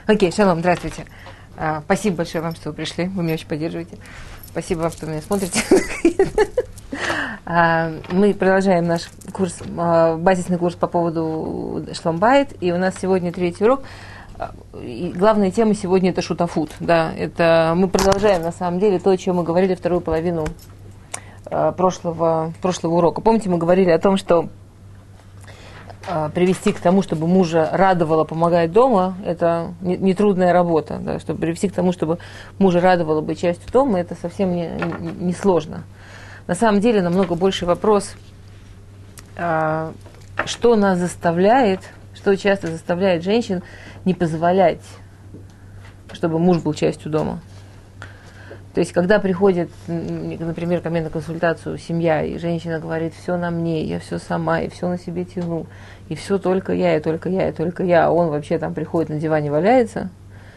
Окей, шалом, здравствуйте. Спасибо большое вам, что вы пришли. Вы меня очень поддерживаете. Спасибо вам, что меня смотрите. Мы продолжаем наш курс, базисный курс по поводу шломбайт. И у нас сегодня третий урок. И главная тема сегодня это шутафут. Да, это мы продолжаем на самом деле то, о чем мы говорили вторую половину прошлого урока. Помните, мы говорили о том, что привести к тому, чтобы мужа радовало помогать дома, это нетрудная работа. Да, чтобы привести к тому, чтобы мужа радовало быть частью дома, это совсем не сложно. На самом деле намного больше вопрос, что нас заставляет, что часто заставляет женщин не позволять, чтобы муж был частью дома. То есть, когда приходит, например, ко мне на консультацию семья, и женщина говорит, все на мне, я все сама, и все на себе тяну, и все только я, и только я, и только я, а он вообще там приходит на диване валяется,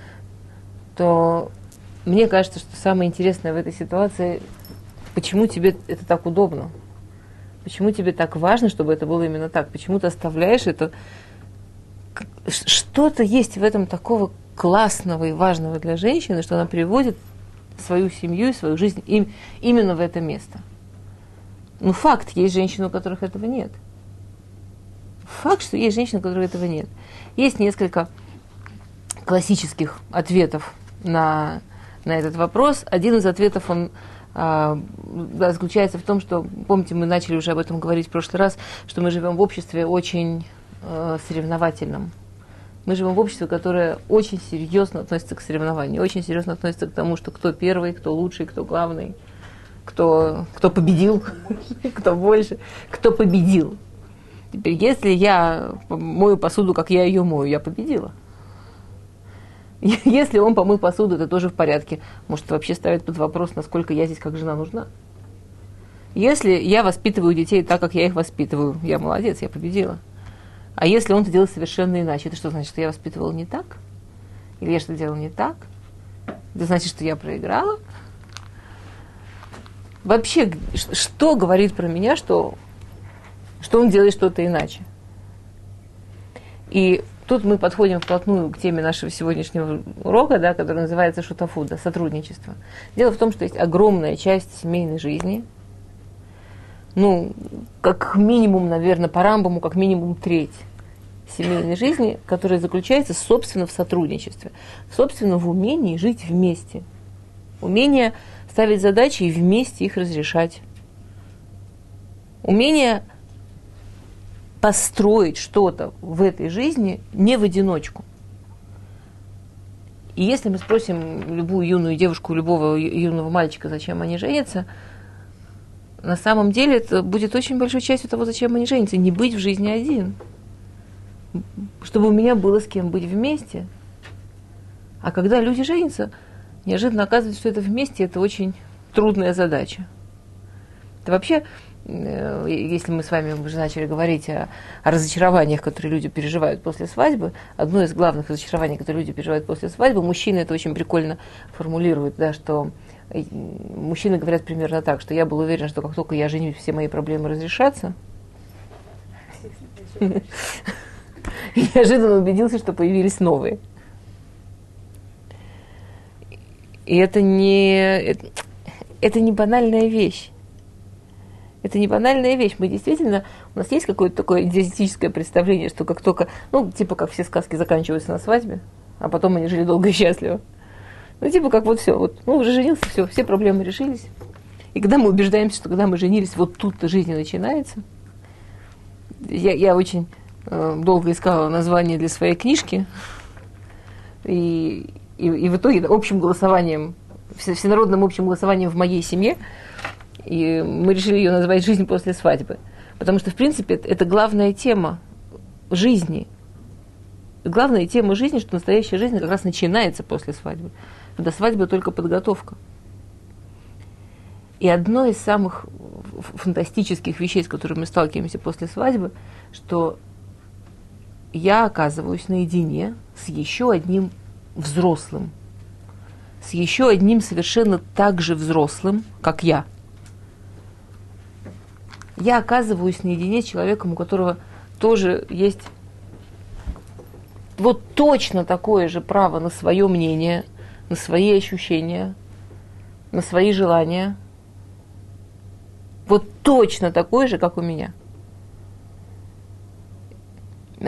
то мне кажется, что самое интересное в этой ситуации, почему тебе это так удобно, почему тебе так важно, чтобы это было именно так, почему ты оставляешь это, что-то есть в этом такого классного и важного для женщины, что она приводит свою семью и свою жизнь именно в это место. Ну, факт, есть женщины, у которых этого нет. Факт, что есть женщины, у которых этого нет. Есть несколько классических ответов на этот вопрос. Один из ответов, он заключается в том, что, помните, мы начали уже об этом говорить в прошлый раз, что мы живем в обществе очень соревновательном. Мы живем в обществе, которое очень серьезно относится к соревнованию, очень серьезно относится к тому, что кто первый, кто лучший, кто главный, кто победил, кто больше, кто победил. Теперь, если я мою посуду, как я ее мою, я победила. Если он помыл посуду, это тоже в порядке. Может, вообще ставит под вопрос, насколько я здесь как жена нужна. Если я воспитываю детей так, как я их воспитываю, я молодец, я победила. А если он это делает совершенно иначе, это что значит, что я воспитывала не так? Или я что-то делала не так? Это значит, что я проиграла? Вообще, что говорит про меня, что он делает что-то иначе? И тут мы подходим вплотную к теме нашего сегодняшнего урока, да, который называется шутафут, да, сотрудничество. Дело в том, что есть огромная часть семейной жизни, ну, как минимум, наверное, по Рамбаму, как минимум треть семейной жизни, которая заключается, собственно, в сотрудничестве. Собственно, в умении жить вместе. Умение ставить задачи и вместе их разрешать. Умение построить что-то в этой жизни не в одиночку. И если мы спросим любую юную девушку, любого юного мальчика, зачем они женятся, на самом деле это будет очень большой частью того, зачем они женятся. Не быть в жизни один. Чтобы у меня было с кем быть вместе. А когда люди женятся, неожиданно оказывается, что это вместе, это очень трудная задача. Это вообще, если мы с вами уже начали говорить о разочарованиях, которые люди переживают после свадьбы, одно из главных разочарований, которые люди переживают после свадьбы, мужчины это очень прикольно формулируют, да, что мужчины говорят примерно так, что я был уверен, что как только я женюсь, все мои проблемы разрешатся. И неожиданно убедился, что появились новые. И это не банальная вещь. Это не банальная вещь. Мы действительно, у нас есть какое-то такое идеалистическое представление, что как только, ну, типа как все сказки заканчиваются на свадьбе, а потом они жили долго и счастливо. Ну, типа как вот все, вот, ну, уже женился, все проблемы решились. И когда мы убеждаемся, что когда мы женились, вот тут-то жизнь начинается. Я очень долго искала название для своей книжки, и в итоге общим голосованием, всенародным общим голосованием в моей семье, и мы решили ее назвать «Жизнь после свадьбы». Потому что, в принципе, это главная тема жизни. Главная тема жизни, что настоящая жизнь как раз начинается после свадьбы. До свадьбы только подготовка. И одно из самых фантастических вещей, с которыми мы сталкиваемся после свадьбы, что я оказываюсь наедине с еще одним взрослым, с еще одним совершенно так же взрослым, как я. Я оказываюсь наедине с человеком, у которого тоже есть вот точно такое же право на свое мнение, на свои ощущения, на свои желания. Вот точно такое же, как у меня. У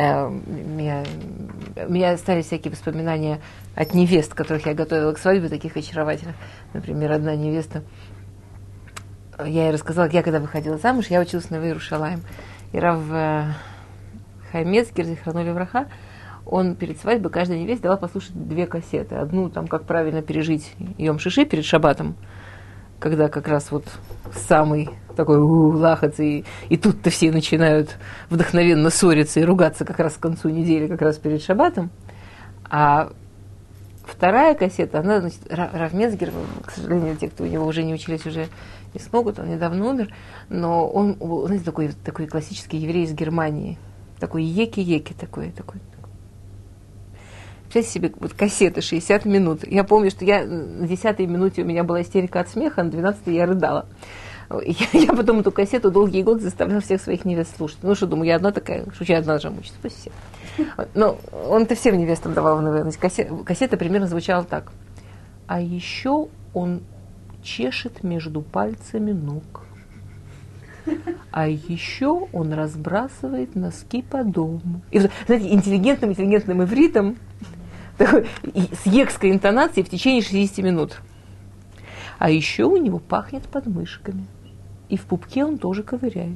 меня остались всякие воспоминания от невест, которых я готовила к свадьбе, таких очаровательных. Например, одна невеста, я ей рассказала, как я когда выходила замуж, я училась на Иерушалаим. И Рав Хаймецкер, зихрону левраха, он перед свадьбой каждой невесте давал послушать 2 кассеты. Одну, там, как правильно пережить Йом Шиши перед шаббатом, когда как раз вот самый такой лахац, и тут-то все начинают вдохновенно ссориться и ругаться как раз к концу недели, как раз перед шаббатом. А вторая кассета, она, значит, Рав Мецгер, к сожалению, те, кто у него уже не учились, уже не смогут, он недавно умер, но он, знаете, такой классический еврей из Германии, такой еки-еки такой. Представьте себе, вот кассеты 60 минут. Я помню, что на 10-й минуте у меня была истерика от смеха, а на 12-й я рыдала. Я потом эту кассету долгие годы заставляла всех своих невест слушать. Ну что, думаю, я одна такая, что я одна же мучаюсь, пусть все. Но он-то всем невестам давал в НВ. Кассета примерно звучала так. А еще он чешет между пальцами ног. А еще он разбрасывает носки по дому. И, знаете, интеллигентным ивритом, такой, с екской интонацией в течение 60 минут. А еще у него пахнет подмышками. И в пупке он тоже ковыряет.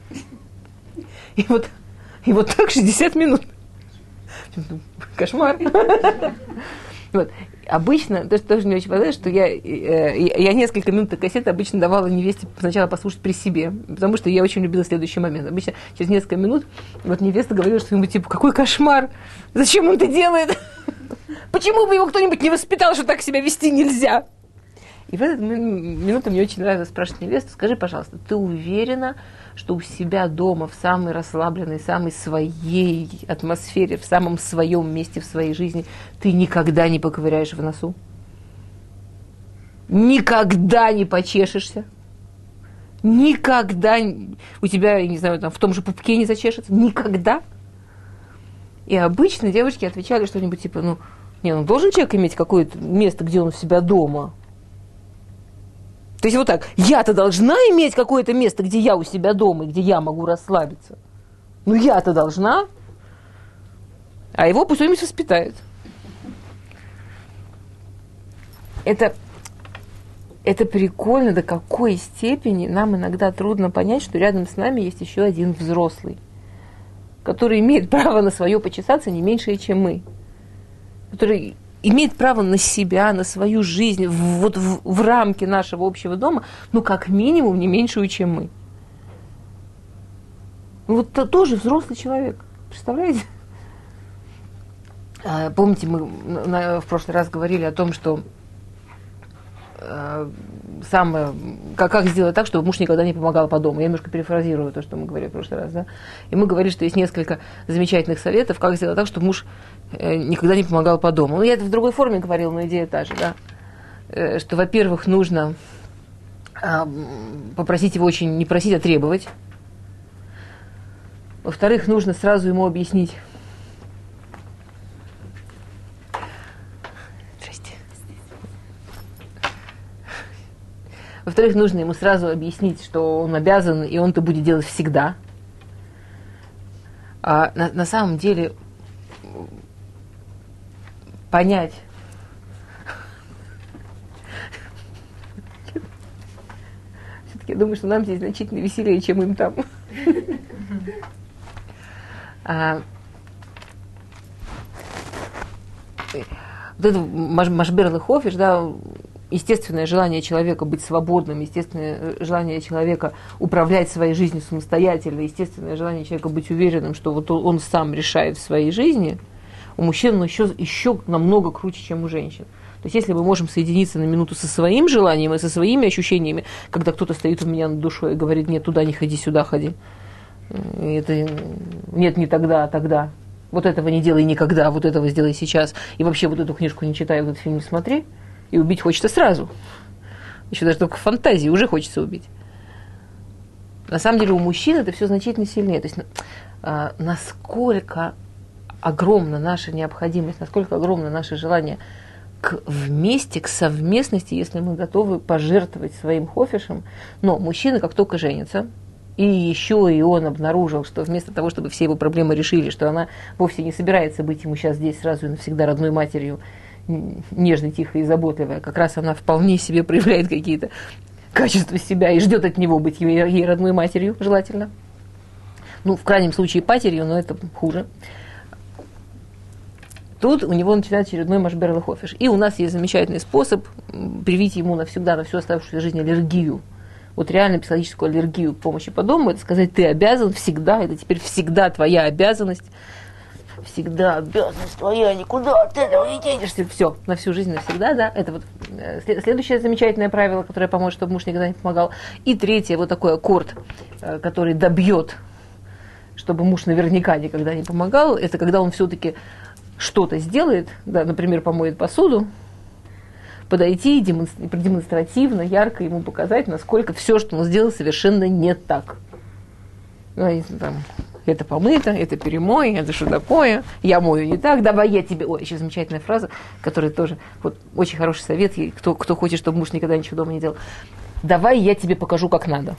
И вот так 60 минут. Кошмар. Вот. Обычно, то, что тоже не очень понравилось, что я несколько минут кассеты обычно давала невесте сначала послушать при себе, потому что я очень любила следующий момент. Обычно через несколько минут вот невеста говорила что-нибудь типа, какой кошмар, зачем он это делает, почему бы его кто-нибудь не воспитал, что так себя вести нельзя. И в эту минуту мне очень нравилось спрашивать невесту, скажи, пожалуйста, ты уверена, что у себя дома, в самой расслабленной, самой своей атмосфере, в самом своем месте в своей жизни, ты никогда не поковыряешь в носу? Никогда не почешешься? Никогда у тебя, я не знаю, там, в том же пупке не зачешется? Никогда? И обычно девушки отвечали что-нибудь типа, должен человек иметь какое-то место, где он у себя дома. То есть вот так, я-то должна иметь какое-то место, где я у себя дома, и где я могу расслабиться. Я-то должна. А его пусть кто-нибудь воспитает. Это прикольно, до какой степени нам иногда трудно понять, что рядом с нами есть еще один взрослый, который имеет право на свое почесаться не меньше, чем мы. Который имеет право на себя, на свою жизнь, в рамки нашего общего дома, как минимум не меньшую, чем мы. Тоже взрослый человек. Представляете? Помните, мы в прошлый раз говорили о том, что как сделать так, чтобы муж никогда не помогал по дому. Я немножко перефразирую то, что мы говорили в прошлый раз. Да? И мы говорили, что есть несколько замечательных советов, как сделать так, чтобы муж никогда не помогал по дому. Я это в другой форме говорила, но идея та же. Да? Что, во-первых, нужно попросить его очень, не просить, а требовать. Во-вторых, нужно сразу ему объяснить. Во-вторых, нужно ему сразу объяснить, что он обязан, и он это будет делать всегда. А на самом деле понять, все-таки я думаю, что нам здесь значительно веселее, чем им там. Вот это машбер лехофиш, да, естественное желание человека быть свободным, естественное желание человека управлять своей жизнью самостоятельно, естественное желание человека быть уверенным, что вот он сам решает в своей жизни, у мужчин еще намного круче, чем у женщин. То есть если мы можем соединиться на минуту со своим желанием и со своими ощущениями, когда кто-то стоит у меня над душой и говорит, нет, туда не ходи, сюда ходи. Это, нет, не тогда, а тогда. Вот этого не делай никогда, вот этого сделай сейчас. И вообще вот эту книжку не читай, вот этот фильм не смотри. И убить хочется сразу. Еще даже только в фантазии уже хочется убить. На самом деле у мужчин это все значительно сильнее. То есть насколько огромна наша необходимость, насколько огромно наше желание к вместе, к совместности, если мы готовы пожертвовать своим хофишем. Но мужчина, как только женится, и еще и он обнаружил, что вместо того, чтобы все его проблемы решили, что она вовсе не собирается быть ему сейчас здесь сразу и навсегда родной матерью, нежной, тихой и заботливой, а как раз она вполне себе проявляет какие-то качества себя и ждет от него быть ей родной матерью, желательно. Ну, в крайнем случае патерью, но это хуже. Тут у него начинается очередной машбер лехофиш. И у нас есть замечательный способ привить ему навсегда, на всю оставшуюся жизнь аллергию. Вот реально психологическую аллергию к помощи по дому. Это сказать, ты обязан всегда, это теперь всегда твоя обязанность. Всегда обязанность твоя, никуда от этого не денешься. Все, на всю жизнь навсегда, да. Это вот следующее замечательное правило, которое поможет, чтобы муж никогда не помогал. И третье, вот такой аккорд, который добьет, чтобы муж наверняка никогда не помогал, это когда он все-таки что-то сделает, да, например, помоет посуду, подойти и демонстративно, ярко ему показать, насколько все, что он сделал, совершенно не так. Ну, там, это помыто, это перемой, это что такое, я мою не так, давай я тебе... Ой, еще замечательная фраза, которая тоже, вот, очень хороший совет, кто хочет, чтобы муж никогда ничего дома не делал. Давай я тебе покажу, как надо.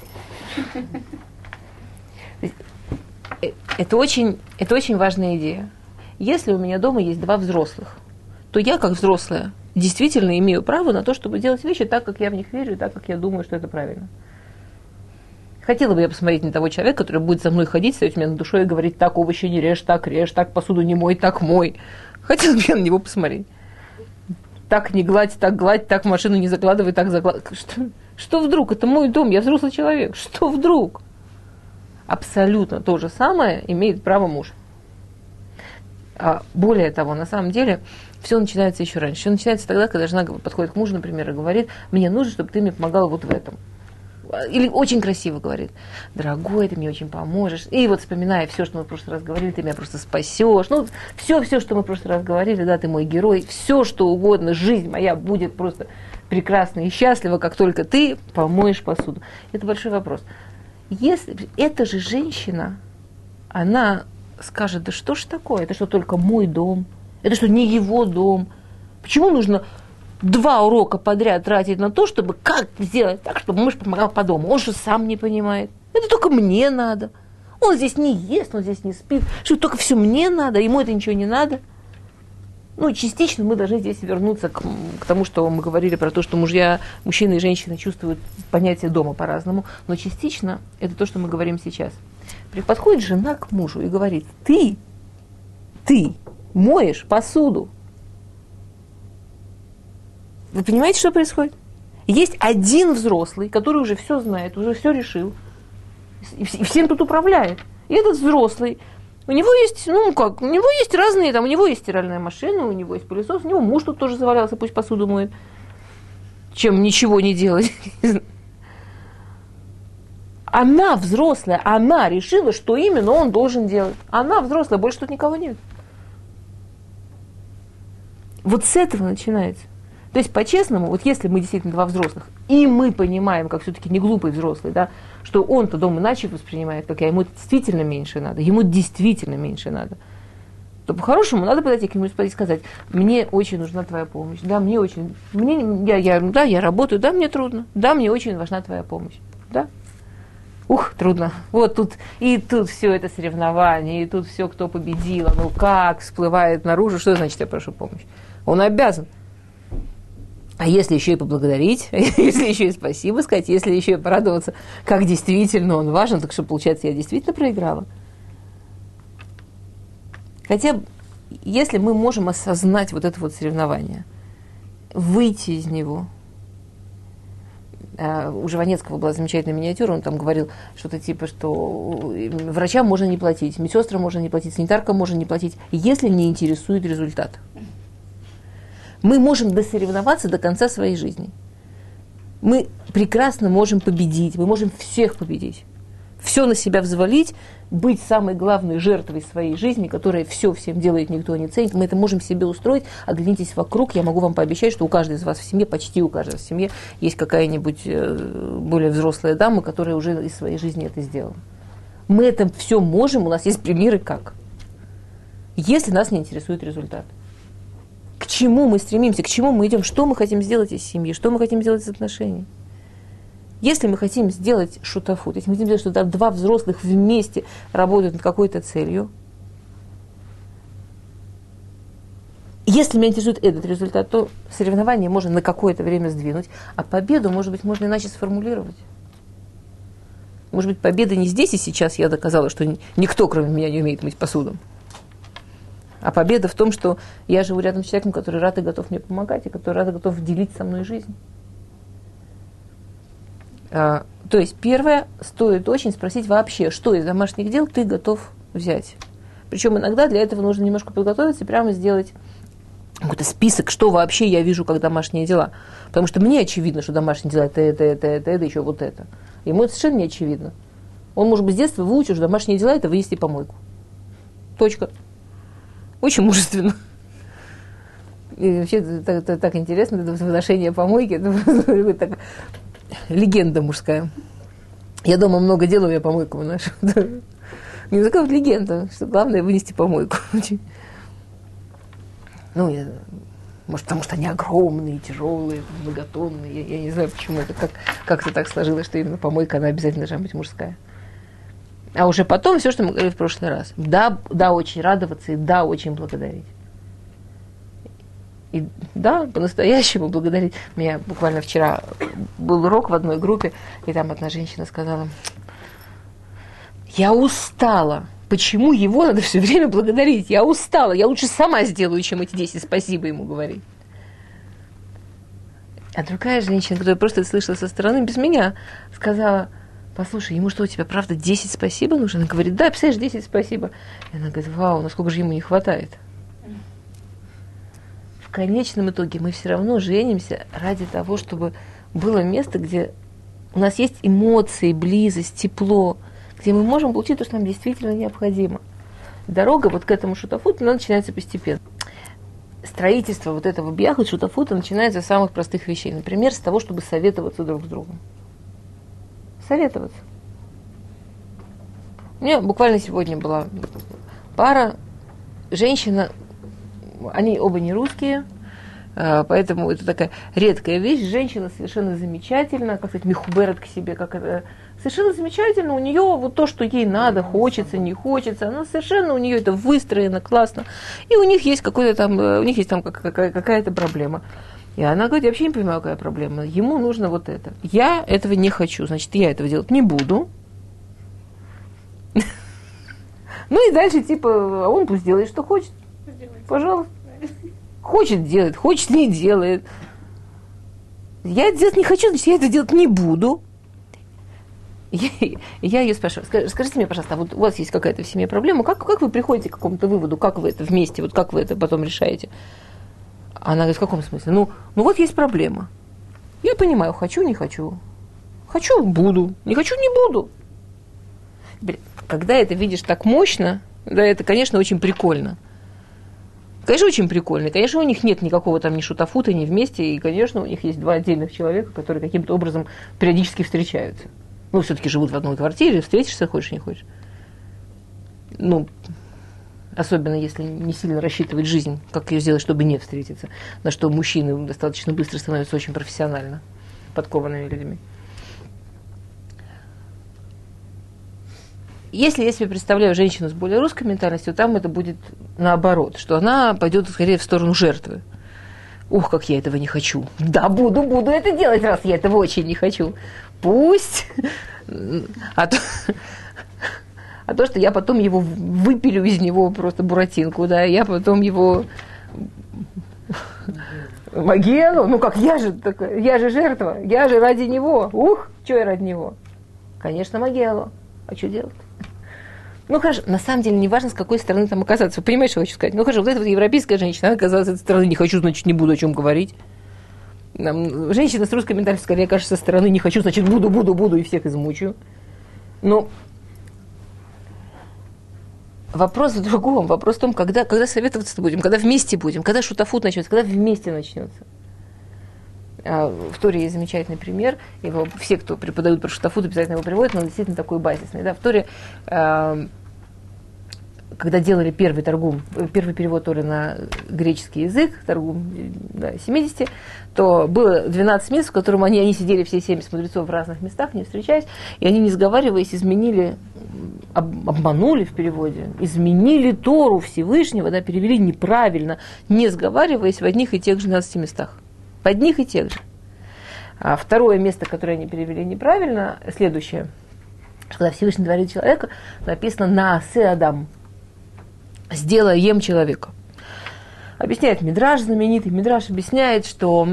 Это очень важная идея. Если у меня дома есть два взрослых, то я, как взрослая, действительно имею право на то, чтобы делать вещи так, как я в них верю, и так, как я думаю, что это правильно. Хотела бы я посмотреть на того человека, который будет за мной ходить, стоять у меня над душой и говорить, так овощи не режь, так посуду не мой, так мой. Хотела бы я на него посмотреть. Так не гладь, так машину не закладывай, так закладывай. Что вдруг? Это мой дом, я взрослый человек. Что вдруг? Абсолютно то же самое имеет право муж. Более того, на самом деле, все начинается еще раньше. Все начинается тогда, когда жена подходит к мужу, например, и говорит, мне нужно, чтобы ты мне помогал вот в этом. Или очень красиво говорит, дорогой, ты мне очень поможешь. И вот вспоминая все, что мы в прошлый раз говорили, ты меня просто спасешь. Ну, все, что мы в прошлый раз говорили, да, ты мой герой. Все, что угодно, жизнь моя будет просто прекрасна и счастлива, как только ты помоешь посуду. Это большой вопрос. Если эта же женщина, она скажет, да что ж такое, это что, только мой дом? Это что, не его дом? Почему нужно 2 урока подряд тратить на то, чтобы как сделать так, чтобы муж помогал по дому? Он же сам не понимает. Это только мне надо. Он здесь не ест, он здесь не спит. Что, только все мне надо, ему это ничего не надо? Ну, частично мы должны здесь вернуться к тому, что мы говорили про то, что мужчины и женщины чувствуют понятие дома по-разному, но частично это то, что мы говорим сейчас. Подходит жена к мужу и говорит, ты моешь посуду. Вы понимаете, что происходит? Есть один взрослый, который уже все знает, уже все решил, и всем тут управляет. И этот взрослый, у него есть, у него есть разные, там, у него есть стиральная машина, у него есть пылесос, у него муж тут тоже завалялся, пусть посуду моет, чем ничего не делать. Она взрослая, она решила, что именно он должен делать. Она взрослая, больше тут никого нет. Вот с этого начинается. То есть, по-честному, вот если мы действительно 2 взрослых, и мы понимаем, как все-таки не глупый взрослый, да, что он-то дом иначе воспринимает, как я, ему действительно меньше надо, то по-хорошему надо подойти к нему и сказать, мне очень нужна твоя помощь, да, я работаю, да, мне трудно, да, мне очень важна твоя помощь, да. Трудно. Вот тут все это соревнование, и тут все, кто победил, как всплывает наружу, что значит я прошу помощь? Он обязан. А если еще и поблагодарить, если еще и спасибо сказать, если еще и порадоваться, как действительно он важен, так что, получается, я действительно проиграла. Хотя, если мы можем осознать вот это вот соревнование, выйти из него. У Жванецкого была замечательная миниатюра, он там говорил что-то типа, что врачам можно не платить, медсестрам можно не платить, санитаркам можно не платить, если не интересует результат. Мы можем досоревноваться до конца своей жизни. Мы прекрасно можем победить, мы можем всех победить. Все на себя взвалить, быть самой главной жертвой своей жизни, которая все всем делает, никто не ценит. Мы это можем себе устроить. Оглянитесь вокруг, я могу вам пообещать, что у каждой из вас в семье, почти у каждой в семье, есть какая-нибудь более взрослая дама, которая уже из своей жизни это сделала. Мы это все можем, у нас есть примеры как. если нас не интересует результат. К чему мы стремимся, к чему мы идем, что мы хотим сделать из семьи, что мы хотим сделать из отношений. Если мы хотим сделать шутафут, если мы хотим сделать, что два взрослых вместе работают над какой-то целью, если меня интересует этот результат, то соревнование можно на какое-то время сдвинуть, а победу, может быть, можно иначе сформулировать. Может быть, победа не здесь и сейчас, я доказала, что никто, кроме меня, не умеет мыть посуду. А победа в том, что я живу рядом с человеком, который рад и готов мне помогать, и который рад и готов делить со мной жизнь. То есть, первое, стоит очень спросить вообще, что из домашних дел ты готов взять. Причем иногда для этого нужно немножко подготовиться и прямо сделать какой-то список, что вообще я вижу как домашние дела. Потому что мне очевидно, что домашние дела это, еще вот это. Ему это совершенно не очевидно. Он, может быть, с детства выучил, что домашние дела это вынести помойку. Точка. Очень мужественно. И вообще это так интересно, это выношение помойки, это легенда мужская. Я дома много делаю, я помойку выношу. Не такая вот легенда, что главное вынести помойку. Ну, может, потому что они огромные, тяжелые, многотонные. Я не знаю, почему это как-то так сложилось, что именно помойка, она обязательно должна быть мужская. А уже потом все, что мы говорили в прошлый раз. Да, очень радоваться, и да, очень благодарить. И да, по-настоящему благодарить. У меня буквально вчера был урок в одной группе, и там одна женщина сказала: я устала. Почему его надо все время благодарить? Я устала. Я лучше сама сделаю, чем эти 10 спасибо ему говорить. А другая женщина, которая просто это слышала со стороны, без меня, сказала: послушай, ему что, у тебя правда 10 спасибо нужно? Она говорит: да, представляешь, 10 спасибо. И она говорит: вау, насколько же ему не хватает. В конечном итоге мы все равно женимся ради того, чтобы было место, где у нас есть эмоции, близость, тепло, где мы можем получить то, что нам действительно необходимо. Дорога вот к этому шутафуту, она начинается постепенно. Строительство вот этого бьяхат, шутафута начинается с самых простых вещей. Например, с того, чтобы советоваться друг с другом. Советоваться. У меня буквально сегодня была пара, женщина, они оба не русские, поэтому это такая редкая вещь. Женщина совершенно замечательна, как сказать, михуберет к себе, как это, совершенно замечательно. У нее вот то, что ей надо, хочется, не хочется, она совершенно, у нее это выстроено классно. И у них есть какая-то проблема. И она говорит: я вообще не понимаю, какая проблема. Ему нужно вот это. Я этого не хочу, значит, я этого делать не буду. Ну и дальше, типа, он пусть делает, что хочет. Пожалуйста. Хочет делает, хочет не делает. Я это делать не хочу, значит, я это делать не буду. Я ее спрашиваю: скажите мне, пожалуйста, вот у вас есть какая-то в семье проблема, как вы приходите к какому-то выводу, как вы это вместе, вот как вы это потом решаете? Она говорит: в каком смысле? Ну вот есть проблема. Я понимаю, хочу, не хочу. Хочу, буду. Не хочу, не буду. Когда это видишь так мощно, да, это, конечно, очень прикольно. Конечно, очень прикольно. Конечно, у них нет никакого там ни шутафута, ни вместе. И, конечно, у них есть два отдельных человека, которые каким-то образом периодически встречаются. Ну, все-таки живут в одной квартире, встретишься, хочешь, не хочешь. Ну, особенно если не сильно рассчитывать жизнь, как ее сделать, чтобы не встретиться. На что мужчины достаточно быстро становятся очень профессионально подкованными людьми. Если я себе представляю женщину с более русской ментальностью, там это будет наоборот, что она пойдет скорее в сторону жертвы. Ух, как я этого не хочу. Да, буду это делать, раз я этого очень не хочу. Пусть. А то, что я потом его выпилю из него просто буратинку, да, я потом его могилу, ну как, я же жертва, я же ради него. Ух, что я ради него? Конечно, могилу. А что делать? Ну, хорошо, на самом деле не важно, с какой стороны там оказаться. Вы понимаете, что я хочу сказать? Ну, хорошо, вот эта вот европейская женщина, она оказалась с этой стороны: не хочу, значит, не буду о чем говорить. Женщина с русской ментальностью, скорее, кажется, со стороны: не хочу, значит, буду, и всех измучаю. Но вопрос в другом. Вопрос в том, когда советоваться будем, когда вместе будем, когда шутафут начнется, когда вместе начнется. В Торе есть замечательный пример, его все, кто преподают про шутафут, обязательно его приводят, но он действительно такой базисный. Да? В Торе когда делали первый перевод Торы на греческий язык, торгум 70, то было 12 мест, в котором они сидели все 70 мудрецов в разных местах, не встречаясь, и они, не сговариваясь, обманули в переводе, изменили Тору Всевышнего, перевели неправильно, не сговариваясь в одних и тех же 12 местах. В одних и тех же. А второе место, которое они перевели неправильно, следующее. Когда Всевышний творит человека, написано «Наасе Адам», «сделай ем человека». Объясняет Мидраш, знаменитый Мидраш объясняет, что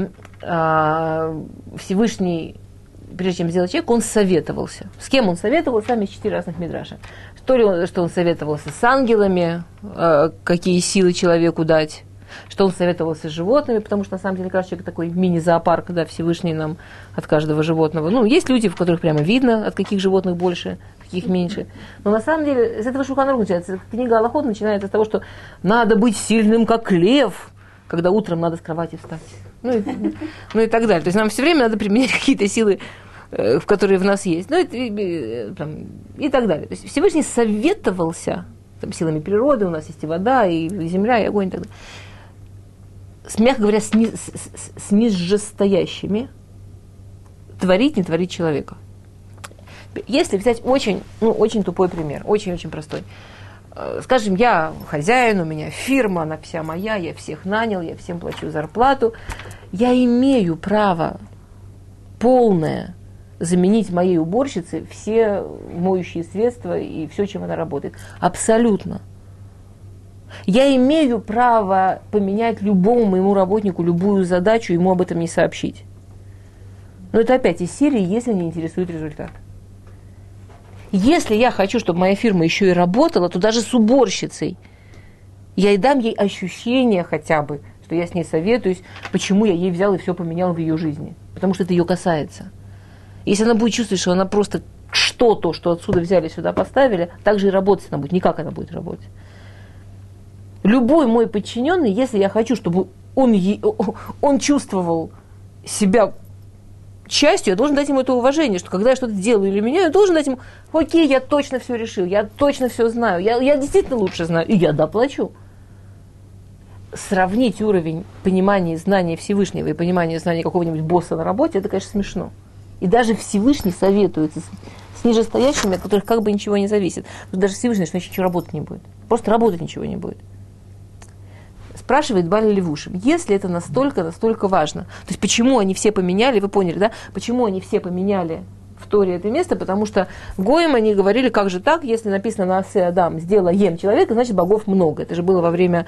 Всевышний, прежде чем сделать человека, он советовался. С кем он советовался? Сами 4 разных Мидраша. Что он советовался с ангелами, какие силы человеку дать, что он советовался с животными, потому что на самом деле каждый человек такой мини-зоопарк, Всевышний нам от каждого животного. Есть люди, в которых прямо видно, от каких животных больше, каких меньше. Но на самом деле с этого Шулхан Арух начинается. Книга Алахот начинается с того, что надо быть сильным, как лев, когда утром надо с кровати встать. И так далее. То есть нам все время надо применять какие-то силы, в которые в нас есть. И так далее. То есть Всевышний советовался силами природы, у нас есть и вода, и земля, и огонь, и так далее. Мягко говоря, с нижестоящими творить, не творить человека. Если взять очень тупой пример, очень-очень простой. Скажем, я хозяин, у меня фирма, она вся моя, я всех нанял, я всем плачу зарплату. Я имею право полное заменить моей уборщице все моющие средства и все, чем она работает. Абсолютно. Я имею право поменять любому моему работнику любую задачу, ему об этом не сообщить. Но это опять из серии, если не интересует результат. Если я хочу, чтобы моя фирма еще и работала, то даже с уборщицей я и дам ей ощущение хотя бы, что я с ней советуюсь, почему я ей взял и все поменял в ее жизни. Потому что это ее касается. Если она будет чувствовать, что она просто что-то, что отсюда взяли, сюда поставили, так же и работать она будет. Никак она будет работать. Любой мой подчиненный, если я хочу, чтобы он чувствовал себя частью, я должен дать ему это уважение, что когда я что-то делаю или меняю, я должен дать ему: окей, я точно все решил, я точно все знаю, я действительно лучше знаю, и я доплачу. Сравнить уровень понимания и знания Всевышнего и понимания и знания какого-нибудь босса на работе, это, конечно, смешно. И даже Всевышний советуется с нижестоящими, от которых как бы ничего не зависит. Даже Всевышний, значит, ничего работать не будет. Просто работать ничего не будет. Спрашивает Баль Левушим, если это настолько важно, то есть почему они все поменяли, вы поняли, да? Почему они все поменяли в Торе это место? Потому что гоим они говорили, как же так, если написано «Наасе Адам», «сделай ем человека», значит, богов много. Это же было во время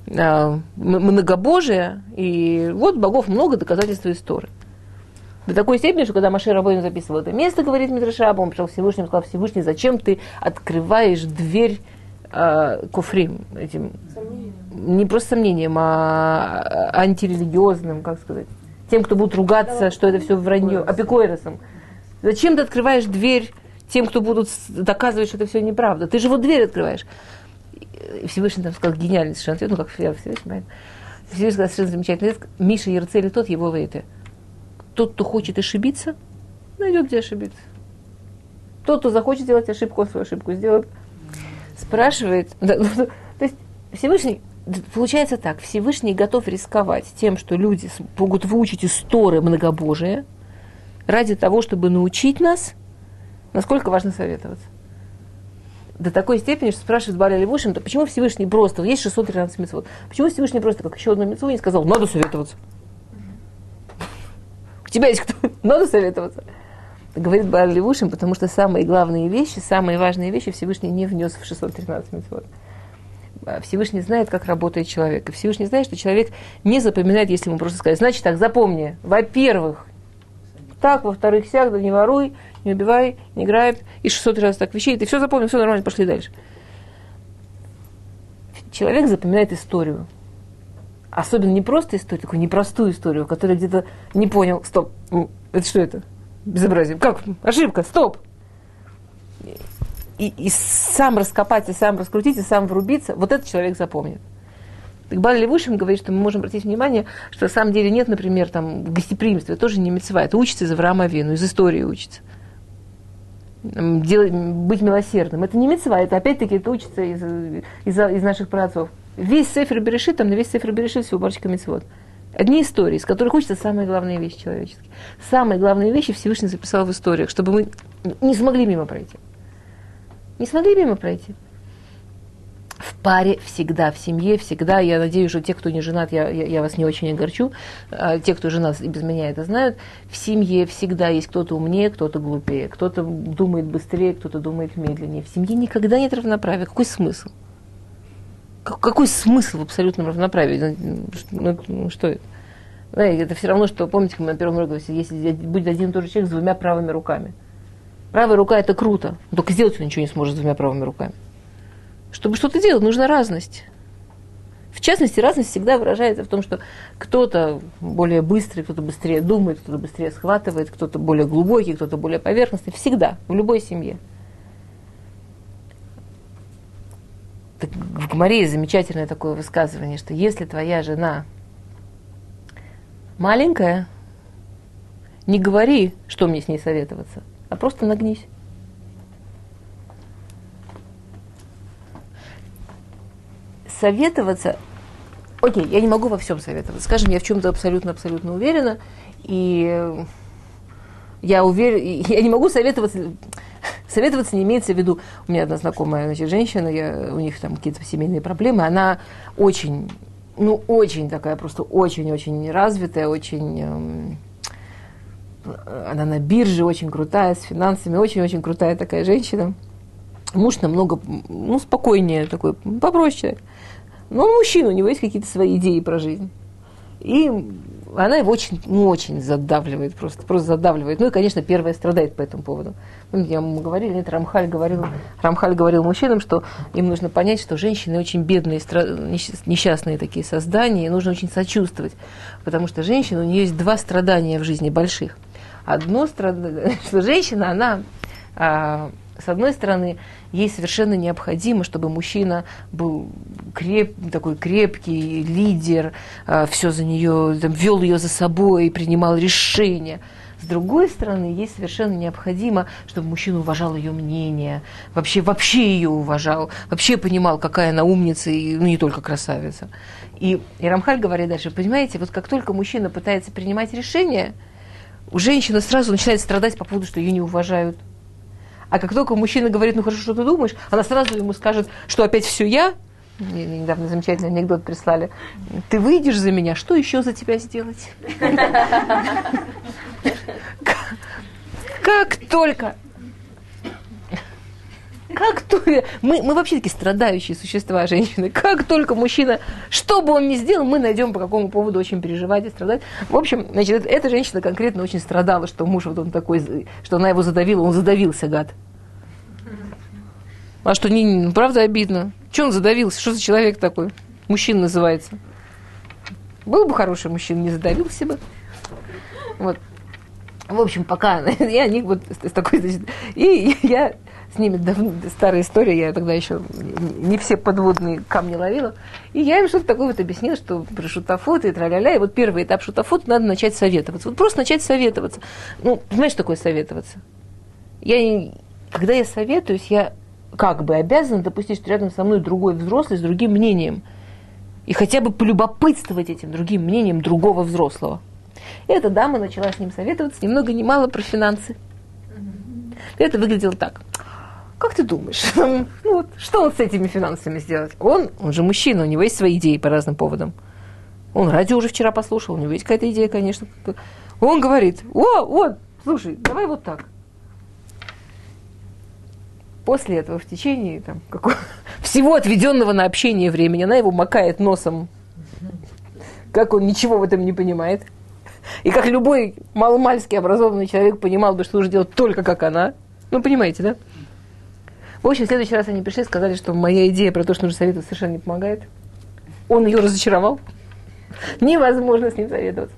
многобожия, и вот богов много, доказательства из Торы. До такой степени, что когда Моше Рабейну записывал это место, говорит Мидраш Раба, он пришел к Всевышнему и сказал: Всевышний, зачем ты открываешь дверь куфрим, этим, не просто сомнением, а антирелигиозным, как сказать, тем, кто будут ругаться, что это все вранье, апикойросом. Зачем ты открываешь дверь тем, кто будут доказывать, что это все неправда? Ты же вот дверь открываешь. И Всевышний там сказал гениальный совершенно ответ, как Всевышний, понимаете? Всевышний сказал совершенно замечательный ответ: Миша Ерцели тот, его вейте. Тот, кто хочет ошибиться, найдет, где ошибиться. Тот, кто захочет сделать ошибку, он свою ошибку сделает. Спрашивает, то есть Всевышний, получается так, Всевышний готов рисковать тем, что люди могут выучить из Торы многобожие, ради того, чтобы научить нас, насколько важно советоваться. До такой степени, что спрашивает Баля Левушин, то почему Всевышний просто, есть 613 мицвот, почему Всевышний просто, как еще одну мицву, не сказал: надо советоваться. У тебя есть кто? Надо советоваться. Говорит Баль Левушин, потому что самые главные вещи, самые важные вещи Всевышний не внес в 613 мицвот. Всевышний знает, как работает человек. И Всевышний знает, что человек не запоминает, если ему просто сказать: значит так, запомни, во-первых, так, во-вторых, сяк, да не воруй, не убивай, не грабь, и 600 раз так вещей, ты все запомнил, все нормально, пошли дальше. Человек запоминает историю. Особенно не просто историю, такую непростую историю, которую где-то не понял: стоп, это что это? Безобразие. Как? Ошибка, стоп. И сам раскопать, и сам раскрутить, и сам врубиться, вот этот человек запомнит. Так Баль Левушин говорит, что мы можем обратить внимание, что на самом деле нет, например, там, гостеприимства, это тоже не мицва, это учится из Авраама Авину, из истории учится. быть милосердным. Это не мицва, это опять-таки это учится из наших праотцов. Весь Сефер Берешит, там на весь Сефер Берешит всего парочка мицвот. Одни истории, из которых учатся самые главные вещи человеческие. Самые главные вещи Всевышний записал в историях, чтобы мы не смогли мимо пройти. Не смогли мимо пройти. В паре всегда, в семье всегда, я надеюсь, что те, кто не женат, я вас не очень огорчу, а те, кто женат и без меня это знают, в семье всегда есть кто-то умнее, кто-то глупее, кто-то думает быстрее, кто-то думает медленнее. В семье никогда нет равноправия. Какой смысл? Какой смысл в абсолютном равноправии? Ну, что это? Это все равно, что, помните, как мы на первом уроке, если будет один и тот же человек с двумя правыми руками. Правая рука – это круто, но только сделать он ничего не сможет с двумя правыми руками. Чтобы что-то делать, нужна разность. В частности, разность всегда выражается в том, что кто-то более быстрый, кто-то быстрее думает, кто-то быстрее схватывает, кто-то более глубокий, кто-то более поверхностный. Всегда, в любой семье. Так в Гемаре есть замечательное такое высказывание, что если твоя жена маленькая, не говори, что мне с ней советоваться, а просто нагнись. Советоваться, окей, я не могу во всем советоваться. Скажем, я в чем-то абсолютно уверена, и я не могу советоваться. Советоваться не имеется в виду. У меня одна знакомая, значит, женщина, у них там какие-то семейные проблемы, она очень такая, просто очень развитая, она на бирже, очень крутая, с финансами, очень крутая такая женщина. Муж намного, спокойнее такой, попроще человек. Но он мужчина, у него есть какие-то свои идеи про жизнь. И она его очень задавливает, просто задавливает. Ну и, конечно, первая страдает по этому поводу. Я ему говорила, нет, Рамхаль говорил мужчинам, что им нужно понять, что женщины очень бедные, несчастные такие создания, и нужно очень сочувствовать. Потому что женщина, у нее есть два страдания в жизни больших. Одно страдание, что женщина, она... С одной стороны, ей совершенно необходимо, чтобы мужчина был такой крепкий, лидер, все за нее, вел ее за собой, принимал решения. С другой стороны, ей совершенно необходимо, чтобы мужчина уважал ее мнение, вообще ее уважал, вообще понимал, какая она умница, и не только красавица. И Рамхаль говорит дальше, понимаете, вот как только мужчина пытается принимать решения, у женщины сразу начинает страдать по поводу, что ее не уважают. А как только мужчина говорит, ну хорошо, что ты думаешь, она сразу ему скажет, что опять все я. Мне недавно замечательный анекдот прислали. Ты выйдешь за меня, что еще за тебя сделать? Как только... Мы вообще такие страдающие существа, женщины. Как только мужчина, что бы он ни сделал, мы найдем по какому поводу очень переживать и страдать. В общем, значит, эта женщина конкретно очень страдала, что муж вот он такой, что она его задавила, он задавился, гад. А что, правда обидно? Че он задавился? Что за человек такой? Мужчина называется. Был бы хороший мужчина, не задавился бы. Вот. В общем, пока я них вот с такой, значит, и я с ними старая история, я тогда еще не все подводные камни ловила, и я им что-то такое вот объяснила, что про шутафот и тра-ля-ля, и вот первый этап шутафот надо начать советоваться. Вот просто начать советоваться. Ну, понимаешь, что такое советоваться? Когда я советуюсь, я как бы обязана допустить, что рядом со мной другой взрослый с другим мнением, и хотя бы полюбопытствовать этим другим мнением другого взрослого. И эта дама начала с ним советоваться, ни много ни мало, про финансы. Это выглядело так. Как ты думаешь, что он с этими финансами сделает? Он же мужчина, у него есть свои идеи по разным поводам. Он радио уже вчера послушал, у него есть какая-то идея, конечно. Он говорит, слушай, давай вот так. После этого, в течение всего отведенного на общение времени, она его макает носом, как он ничего в этом не понимает. И как любой маломальски образованный человек понимал бы, что нужно делать только как она. Ну, понимаете, да? В общем, в следующий раз они пришли и сказали, что моя идея про то, что нужно советоваться, совершенно не помогает. Он ее разочаровал. Невозможно с ним советоваться.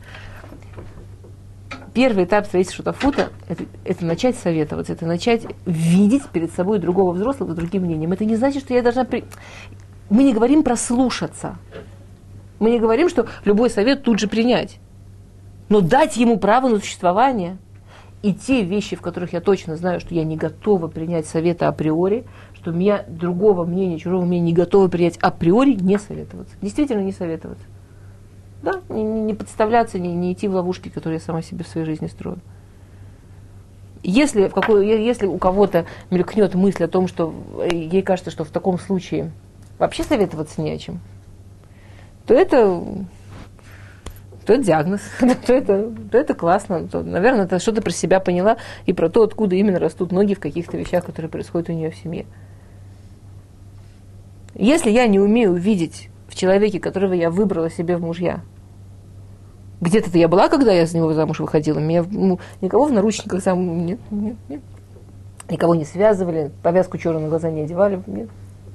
Первый этап строительства шутафута – это начать советоваться, это начать видеть перед собой другого взрослого с другим мнением. Это не значит, что я должна... Мы не говорим про слушаться. Мы не говорим, что любой совет тут же принять. Но дать ему право на существование. И те вещи, в которых я точно знаю, что я не готова принять совета априори, что меня другого мнения, чужого мнения не готова принять априори, не советоваться. Действительно не советоваться. Да, не подставляться, не идти в ловушки, которые я сама себе в своей жизни строю. Если у кого-то мелькнет мысль о том, что ей кажется, что в таком случае вообще советоваться не о чем, то это диагноз, то это классно. Наверное, это что-то про себя поняла и про то, откуда именно растут ноги в каких-то вещах, которые происходят у нее в семье. Если я не умею увидеть в человеке, которого я выбрала себе в мужья, где-то я была, когда я за него замуж выходила, меня никого в наручниках нет. Никого не связывали, повязку черную на глаза не одевали, нет.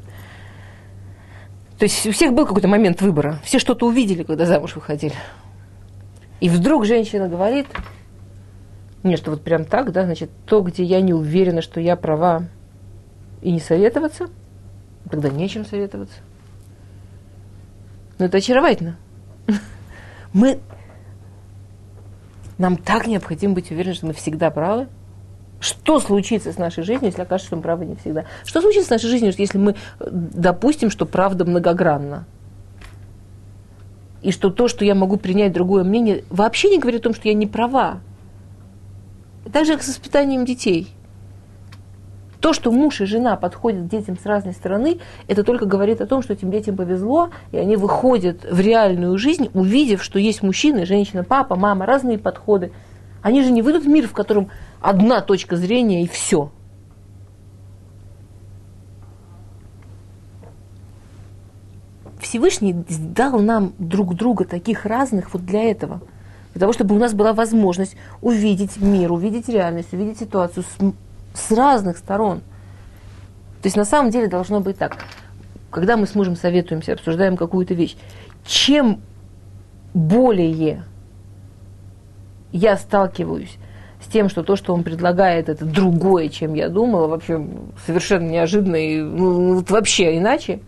То есть у всех был какой-то момент выбора, все что-то увидели, когда замуж выходили. И вдруг женщина говорит, мне что вот прям так, да, значит, то, где я не уверена, что я права, и не советоваться, тогда нечем советоваться. Но это очаровательно. Нам так необходимо быть уверены, что мы всегда правы. Что случится с нашей жизнью, если окажется, что мы правы не всегда? Что случится с нашей жизнью, если мы допустим, что правда многогранна? И что то, что я могу принять другое мнение, вообще не говорит о том, что я не права. Так же, как с воспитанием детей. То, что муж и жена подходят к детям с разной стороны, это только говорит о том, что этим детям повезло, и они выходят в реальную жизнь, увидев, что есть мужчина, женщина, папа, мама, разные подходы. Они же не выйдут в мир, в котором одна точка зрения и все. Всевышний дал нам друг друга таких разных вот для этого. Для того, чтобы у нас была возможность увидеть мир, увидеть реальность, увидеть ситуацию с разных сторон. То есть на самом деле должно быть так. Когда мы с мужем советуемся, обсуждаем какую-то вещь, чем более я сталкиваюсь с тем, что то, что он предлагает, это другое, чем я думала, вообще совершенно неожиданно и вот вообще иначе,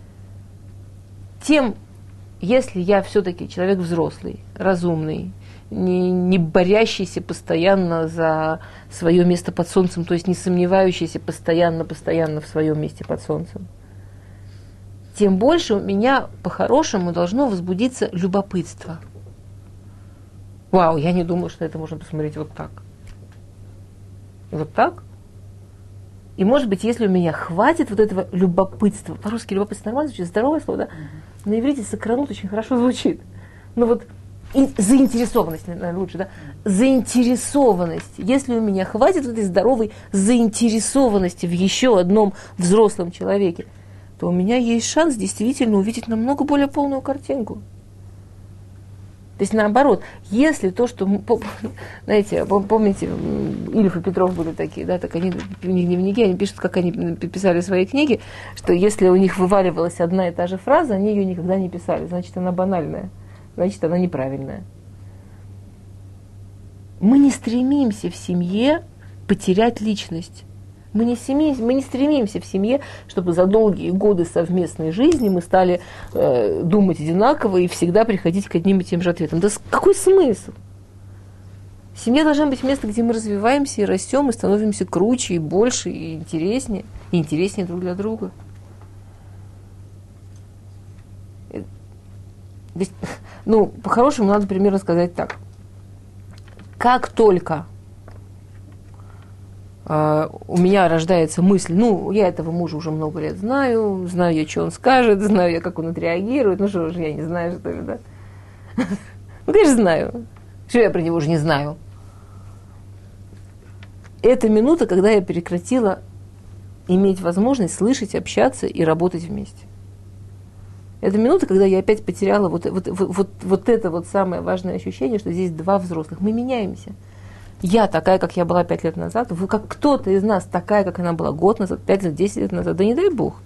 тем, если я все-таки человек взрослый, разумный, не борящийся постоянно за свое место под солнцем, то есть не сомневающийся постоянно в своем месте под солнцем, тем больше у меня по-хорошему должно возбудиться любопытство. Вау, я не думала, что это можно посмотреть вот так. Вот так? И, может быть, если у меня хватит вот этого любопытства, по-русски любопытство нормально звучит, здоровое слово, да? На иврите сакранут очень хорошо звучит. Но вот заинтересованность, наверное, лучше, да? Заинтересованность. Если у меня хватит этой здоровой заинтересованности в еще одном взрослом человеке, то у меня есть шанс действительно увидеть намного более полную картинку. То есть наоборот, если то, что, знаете, помните, Ильф и Петров были такие, да, так они, у них дневники, они пишут, как они писали свои книги, что если у них вываливалась одна и та же фраза, они ее никогда не писали, значит, она банальная, значит, она неправильная. Мы не стремимся в семье потерять личность. Мы не стремимся в семье, чтобы за долгие годы совместной жизни мы стали думать одинаково и всегда приходить к одним и тем же ответам. Да какой смысл? Семья должна быть место, где мы развиваемся и растем, и становимся круче, и больше, и интереснее друг для друга. Ну, по-хорошему, надо примерно сказать так. Как только у меня рождается мысль, ну, я этого мужа уже много лет знаю я, что он скажет, знаю я, как он отреагирует, ну, что же я не знаю, что ли, да? Ну, конечно, знаю. Что я про него уже не знаю? Это минута, когда я прекратила иметь возможность слышать, общаться и работать вместе. Это минута, когда я опять потеряла вот это вот самое важное ощущение, что здесь два взрослых. Мы меняемся. Я такая, как я была 5 лет назад, вы как кто-то из нас такая, как она была год назад, 5 лет, 10 лет назад, да не дай Бог.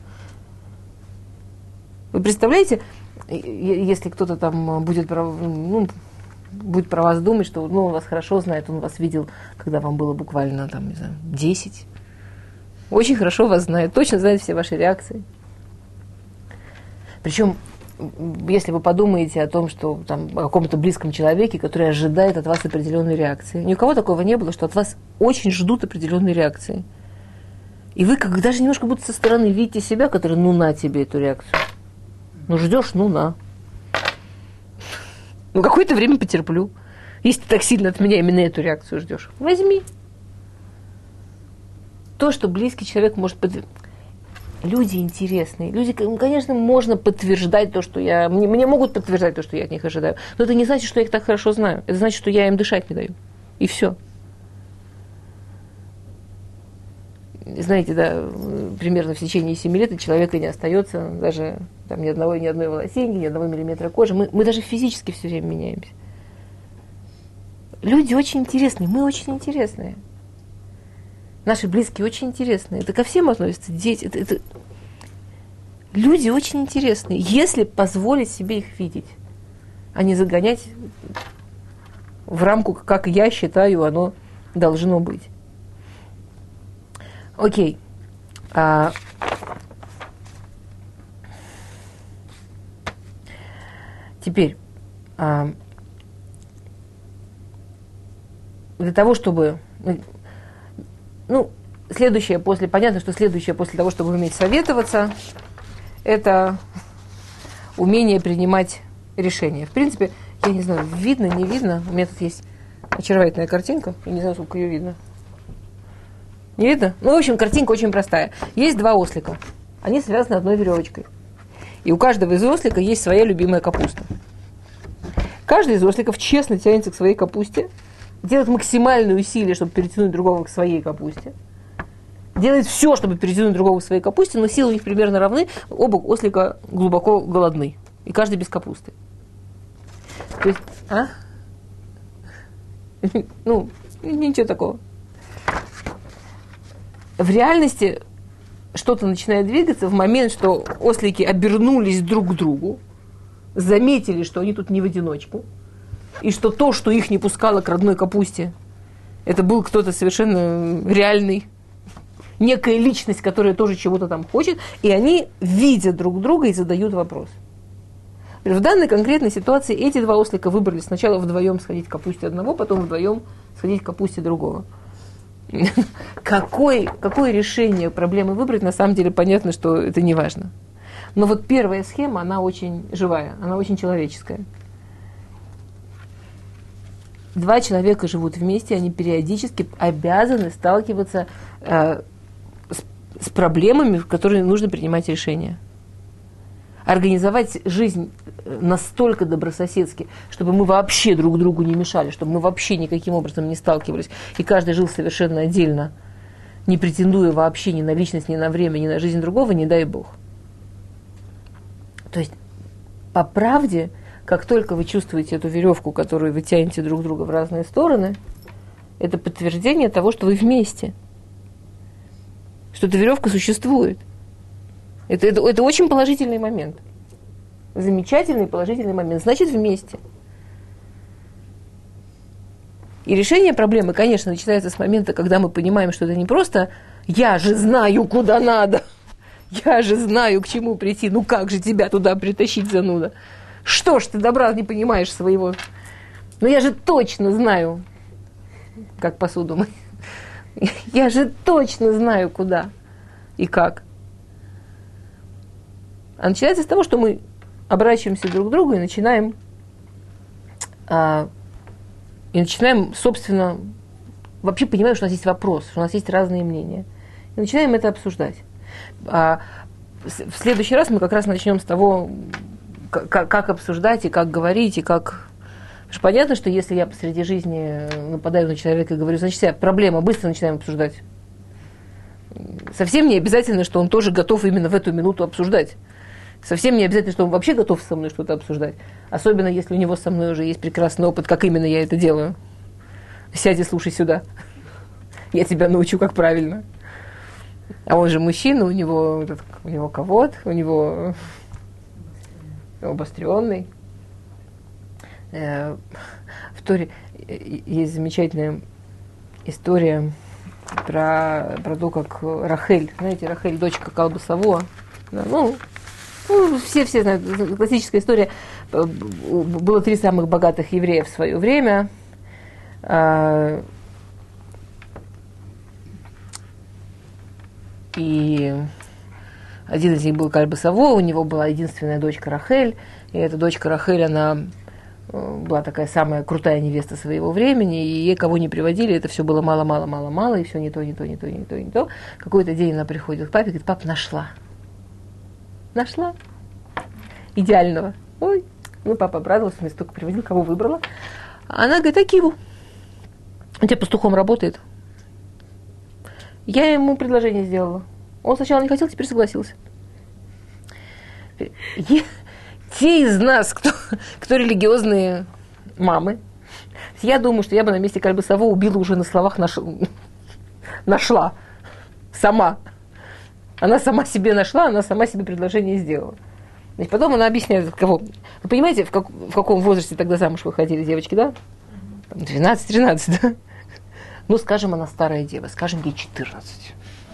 Вы представляете, если кто-то там будет про вас думать, что он вас хорошо знает, он вас видел, когда вам было буквально там, не знаю, 10. Очень хорошо вас знает, точно знает все ваши реакции. Причем если вы подумаете о том, что там, о каком-то близком человеке, который ожидает от вас определенной реакции. Ни у кого такого не было, что от вас очень ждут определенной реакции. И вы как даже немножко будто со стороны видите себя, который, ну на тебе эту реакцию. Ну ждешь, ну на. Ну какое-то время потерплю. Если ты так сильно от меня именно эту реакцию ждешь, возьми. То, что близкий человек может подтвердить. Люди интересные. Люди, конечно, можно подтверждать то, что я... Мне могут подтверждать то, что я от них ожидаю. Но это не значит, что я их так хорошо знаю. Это значит, что я им дышать не даю. И все. Знаете, да, примерно в течение 7 лет у человека не остается даже там, ни одной волосинки, ни 1 миллиметра кожи. Мы даже физически все время меняемся. Люди очень интересные, мы очень интересные. Наши близкие очень интересные. Это ко всем относится, дети. Это... Люди очень интересные, если позволить себе их видеть, а не загонять в рамку, как я считаю, оно должно быть. Окей. Теперь, для того, чтобы... Ну, следующее после... Понятно, что следующее после того, чтобы уметь советоваться, это умение принимать решения. В принципе, я не знаю, видно, не видно. У меня тут есть очаровательная картинка. Я не знаю, сколько ее видно. Не видно? Ну, в общем, картинка очень простая. Есть 2 ослика. Они связаны одной веревочкой. И у каждого из ослика есть своя любимая капуста. Каждый из осликов честно тянется к своей капусте, делает максимальные усилия, чтобы перетянуть другого к своей капусте. Делает все, чтобы перетянуть другого к своей капусте, но силы у них примерно равны. Оба ослика глубоко голодны. И каждый без капусты. То есть, Ну, ничего такого. В реальности что-то начинает двигаться в момент, что ослики обернулись друг к другу, заметили, что они тут не в одиночку, и что то, что их не пускало к родной капусте, это был кто-то совершенно реальный, некая личность, которая тоже чего-то там хочет, и они видят друг друга и задают вопрос. В данной конкретной ситуации эти 2 ослика выбрали сначала вдвоем сходить к капусте одного, потом вдвоем сходить к капусте другого. Какое решение проблемы выбрать, на самом деле понятно, что это не важно. Но вот первая схема, она очень живая, она очень человеческая. 2 человека живут вместе, они периодически обязаны сталкиваться с проблемами, в которые нужно принимать решения. Организовать жизнь настолько добрососедски, чтобы мы вообще друг другу не мешали, чтобы мы вообще никаким образом не сталкивались, и каждый жил совершенно отдельно, не претендуя вообще ни на личность, ни на время, ни на жизнь другого, не дай Бог. То есть, по правде, как только вы чувствуете эту веревку, которую вы тянете друг друга в разные стороны, это подтверждение того, что вы вместе, что эта веревка существует. Это очень положительный момент. Замечательный положительный момент. Значит, вместе. И решение проблемы, конечно, начинается с момента, когда мы понимаем, что это не просто «я же знаю, куда надо», «я же знаю, к чему прийти», «ну как же тебя туда притащить, зануда?» «Что ж ты добра не понимаешь своего?» «Ну я же точно знаю, как посуду мыть». «Я же точно знаю, куда и как». А начинается с того, что мы оборачиваемся друг к другу и начинаем, собственно, вообще понимаем, что у нас есть вопрос, что у нас есть разные мнения. И начинаем это обсуждать. В следующий раз мы как раз начнем с того, как обсуждать и как говорить, и как... Потому что понятно, что если я посреди жизни нападаю на человека и говорю, значит, вся проблема, быстро начинаем обсуждать. Совсем не обязательно, что он тоже готов именно в эту минуту обсуждать. Совсем не обязательно, что он вообще готов со мной что-то обсуждать. Особенно, если у него со мной уже есть прекрасный опыт, как именно я это делаю. Сядь и слушай сюда. Я тебя научу, как правильно. А он же мужчина, у него ковод, у него обостренный. В Торе есть замечательная история про то, как Рахель, знаете, Рахель, дочка Калба Савуа, Ну, все знают, классическая история. Было 3 самых богатых еврея в свое время. И один из них был Кальба Саво, у него была единственная дочка Рахель. И эта дочка Рахель, она была такая самая крутая невеста своего времени, и ей кого не приводили, это все было мало, и все не то. Какой-то день она приходит к папе и говорит: пап, нашла. Идеального. Ой. Ну, папа обрадовался, мне столько приводил, кого выбрала. Она говорит: Акиву. Он тебе пастухом работает. Я ему предложение сделала. Он сначала не хотел, теперь согласился. Те из нас, кто религиозные мамы, я думаю, что я бы на месте Кальбы Саво убила уже на словах нашла. Сама. Она сама себе нашла, она сама себе предложение сделала. Значит, потом она объясняет, кого. Вы понимаете, в каком возрасте тогда замуж выходили девочки, да? 12-13, да? Ну, скажем, она старая дева, скажем, ей 14.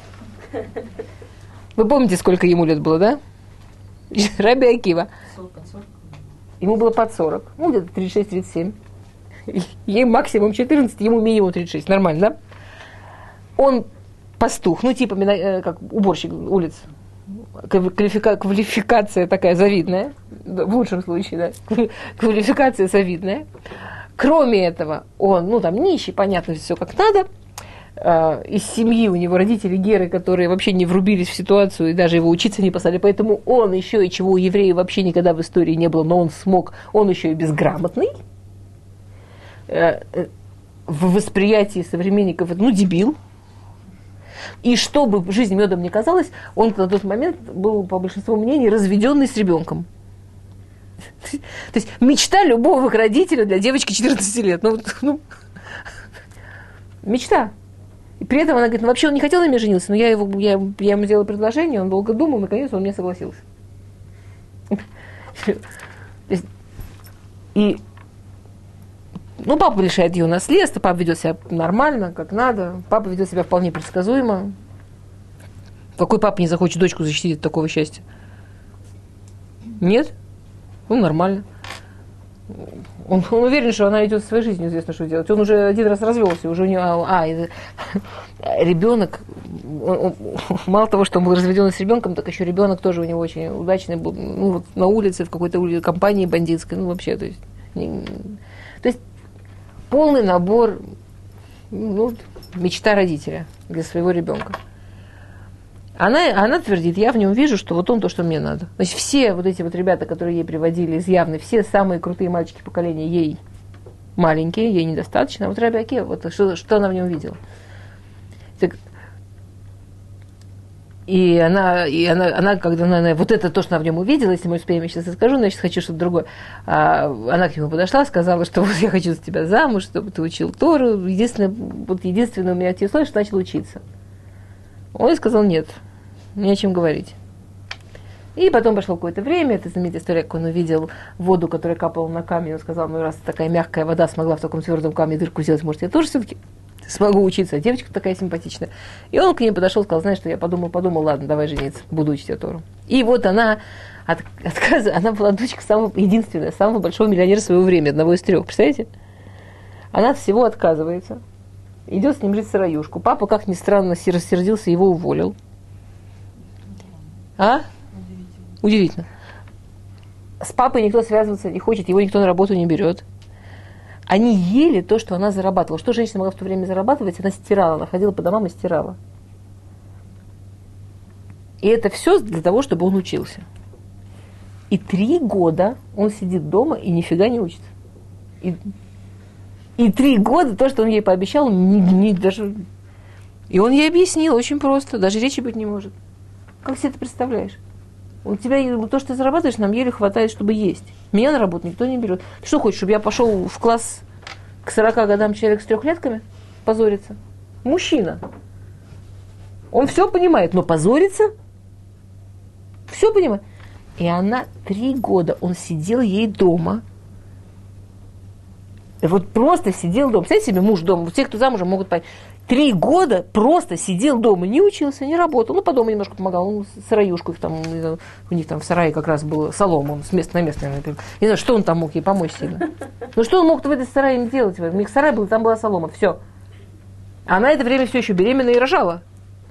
Вы помните, сколько ему лет было, да? Раби Акива. Ему было под 40. Ну, где-то 36-37. Ей максимум 14, ему минимум 36. Нормально, да? Он пастух, ну, типа, как уборщик улиц. Квалификация такая завидная. В лучшем случае, да. Квалификация завидная. Кроме этого, он, ну, там, нищий, понятно, все как надо. Из семьи у него родители геры, которые вообще не врубились в ситуацию и даже его учиться не послали. Поэтому он еще, и чего у евреев вообще никогда в истории не было, но он смог, он еще и безграмотный. В восприятии современников, ну, дебил. И чтобы жизнь медом не казалась, он на тот момент был, по большинству мнений, разведенный с ребенком. То есть мечта любого родителя для девочки 14 лет. Ну, мечта. И при этом она говорит: ну, вообще он не хотел на меня жениться, но я ему сделала предложение, он долго думал, наконец он мне согласился. И, ну, папа лишает ее наследства, папа ведет себя нормально, как надо, папа ведет себя вполне предсказуемо. Какой папа не захочет дочку защитить от такого счастья? Нет? Ну, нормально. Он уверен, что она идет своей жизнью, известно, что делать. Он уже один раз развелся, уже у него... ребенок, мало того, что он был разведен с ребенком, так еще ребенок тоже у него очень удачный был, ну, вот на улице, в какой-то компании бандитской, ну, вообще, то есть полный набор, ну, мечта родителя для своего ребенка. Она твердит: я в нем вижу, что вот он то, что мне надо. Значит, все вот эти вот ребята, которые ей приводили из Явны, все самые крутые мальчики поколения ей маленькие, ей недостаточно. А вот Раби Акива, вот что она в нем видела. Так, и она, когда она, вот это то, что она в нем увидела, если мы успеем, я сейчас расскажу, значит, хочу что-то другое. Она к нему подошла, сказала, что вот я хочу за тебя замуж, чтобы ты учил Тору. Единственное у меня те условия, что начал учиться. Он ей сказал: нет, не о чем говорить. И потом прошло какое-то время, это знаменитая история, как он увидел воду, которая капала на камень, он сказал: ну, раз такая мягкая вода смогла в таком твердом камне дырку сделать, может, я тоже все-таки смогу учиться, а девочка такая симпатичная. И он к ней подошел, сказал: знаешь, что я подумал, ладно, давай жениться, буду учить Тору. И вот она она была дочка единственная, самого большого миллионера своего времени, одного из 3, представляете? Она от всего отказывается. Идет с ним жить в сыроюшку. Папа, как ни странно, рассердился, его уволил. Удивительно. С папой никто связываться не хочет, его никто на работу не берет. Они ели то, что она зарабатывала. Что женщина могла в то время зарабатывать? Она стирала, она ходила по домам и стирала. И это все для того, чтобы он учился. И 3 года он сидит дома и нифига не учится. И 3 года то, что он ей пообещал, даже... И он ей объяснил очень просто, даже речи быть не может. Как себе это представляешь? У тебя то, что ты зарабатываешь, нам еле хватает, чтобы есть. Меня на работу никто не берет. Ты что хочешь, чтобы я пошел в класс к 40 годам человек с 3-летками? Позориться. Мужчина. Он все понимает, но позорится? Все понимает. И она 3 года, он сидел ей дома, И вот просто сидел дома. Представляете себе, муж дома. Вот те, кто замужем, могут понять. 3 года просто сидел дома, не учился, не работал. Ну, по дому немножко помогал. Он сыроюшку, там, у них там в сарае как раз был солома, он с места на место, наверное. Не знаю, что он там мог ей помочь сильно. Ну, что он мог в этой сарае делать? У них сарай был, там была солома, все. А она это время все еще беременна и рожала.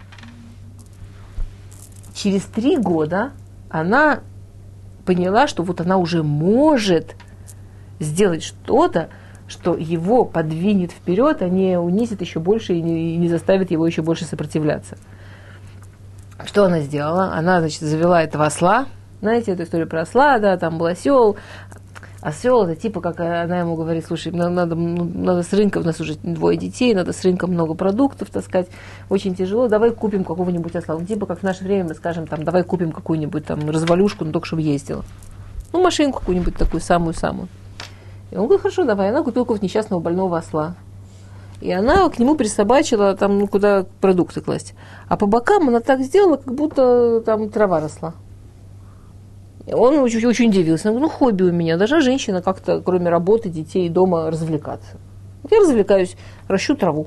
Через 3 года она поняла, что вот она уже может сделать что-то, что его подвинет вперед, а не унизит еще больше и не заставит его еще больше сопротивляться. Что она сделала? Она, значит, завела этого осла. Знаете эту историю про осла, да, там был осел. Осел это типа, как она ему говорит, слушай, надо с рынка, у нас уже 2 детей, надо с рынка много продуктов таскать, очень тяжело, давай купим какого-нибудь осла. Ну, типа, как в наше время мы скажем, там, давай купим какую-нибудь там развалюшку, но только чтобы ездила. Ну, машинку какую-нибудь такую самую-самую. И он говорит, хорошо, давай. Она купила какого-то несчастного больного осла. И она к нему присобачила, там, ну, куда продукты класть. А по бокам она так сделала, как будто там трава росла. И он очень удивился. Он говорит, ну, хобби у меня. Должна женщина как-то, кроме работы, детей и дома, развлекаться. Вот я развлекаюсь, ращу траву.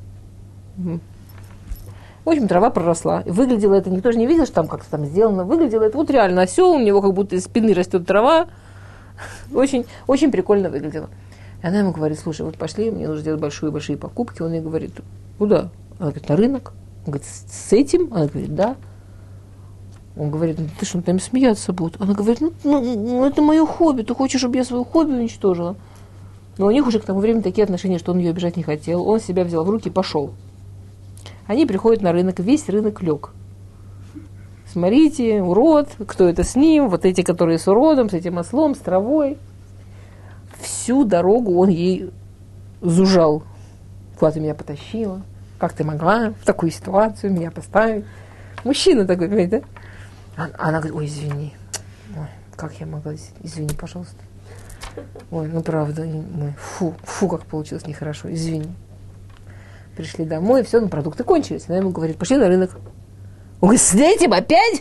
В общем, трава проросла. И выглядело это, никто же не видел, что там как-то там сделано. Выглядело это, вот реально осел, у него как будто из спины растет трава. Очень, очень прикольно выглядело. И она ему говорит, слушай, вот пошли, мне нужно сделать большие покупки. Он ей говорит, куда? Она говорит, на рынок. Он говорит, с этим? Она говорит, да. Он говорит, ну ты что, там смеяться будут? Она говорит, ну это мое хобби, ты хочешь, чтобы я свое хобби уничтожила? Но у них уже к тому времени такие отношения, что он ее обижать не хотел. Он себя взял в руки и пошел. Они приходят на рынок, весь рынок лег. Смотрите, урод, кто это с ним, вот эти, которые с уродом, с этим ослом, с травой. Всю дорогу он ей зужал. Куда ты меня потащила? Как ты могла в такую ситуацию меня поставить? Мужчина такой, понимаете, да? Она говорит, ой, извини. Ой, как я могла? Извини, пожалуйста. Ой, ну правда, фу, как получилось нехорошо, извини. Пришли домой, все, ну продукты кончились. Она ему говорит, пошли на рынок. Он говорит, с этим опять?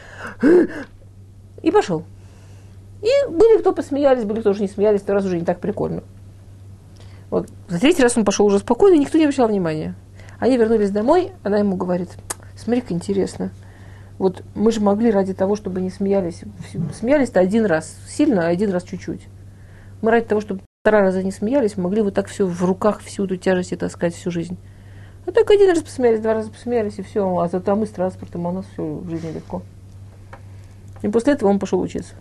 И пошел. И были, кто посмеялись, были, кто уже не смеялись, в 2 раз уже не так прикольно. Вот. За 3-й раз он пошел уже спокойно, никто не обращал внимания. Они вернулись домой, она ему говорит, смотри-ка, интересно. Вот мы же могли ради того, чтобы не смеялись. Смеялись-то 1 раз сильно, а 1 раз чуть-чуть. Мы ради того, чтобы 2 раза не смеялись, могли вот так все в руках, всю эту тяжесть таскать всю жизнь. А так 1 раз посмеялись, 2 раза посмеялись, и все. А зато мы с транспортом, а у нас все в жизни легко. И после этого он пошел учиться.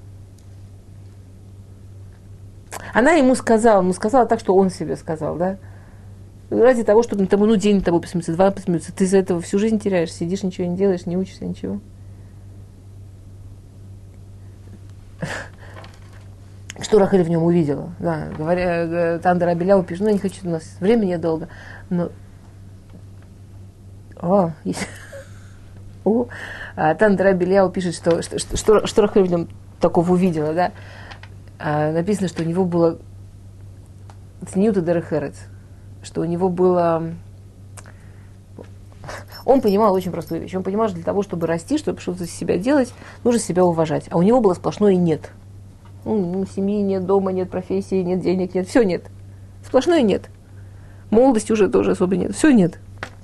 Она ему сказала так, что он себе сказал, да? Ради того, чтобы день на тобой посмеются, 2 посмеются. Ты из-за этого всю жизнь теряешь, сидишь, ничего не делаешь, не учишься, ничего. Что Рахель в нем увидела? Да, говоря, Танда Раби Эляу пишет, я не хочу, у нас времени долго, но... Танда Раби Эляу пишет, что Рахель в нем такого увидела, да? Написано, что у него было цниюта дерех эрец, что у него было... Он понимал очень простую вещь. Он понимал, что для того, чтобы расти, чтобы что-то из себя делать, нужно себя уважать. А у него было сплошное «нет». Семьи нет, дома нет, профессии нет, денег нет, все нет. Сплошное «нет». Молодости уже тоже особо нет, все нет.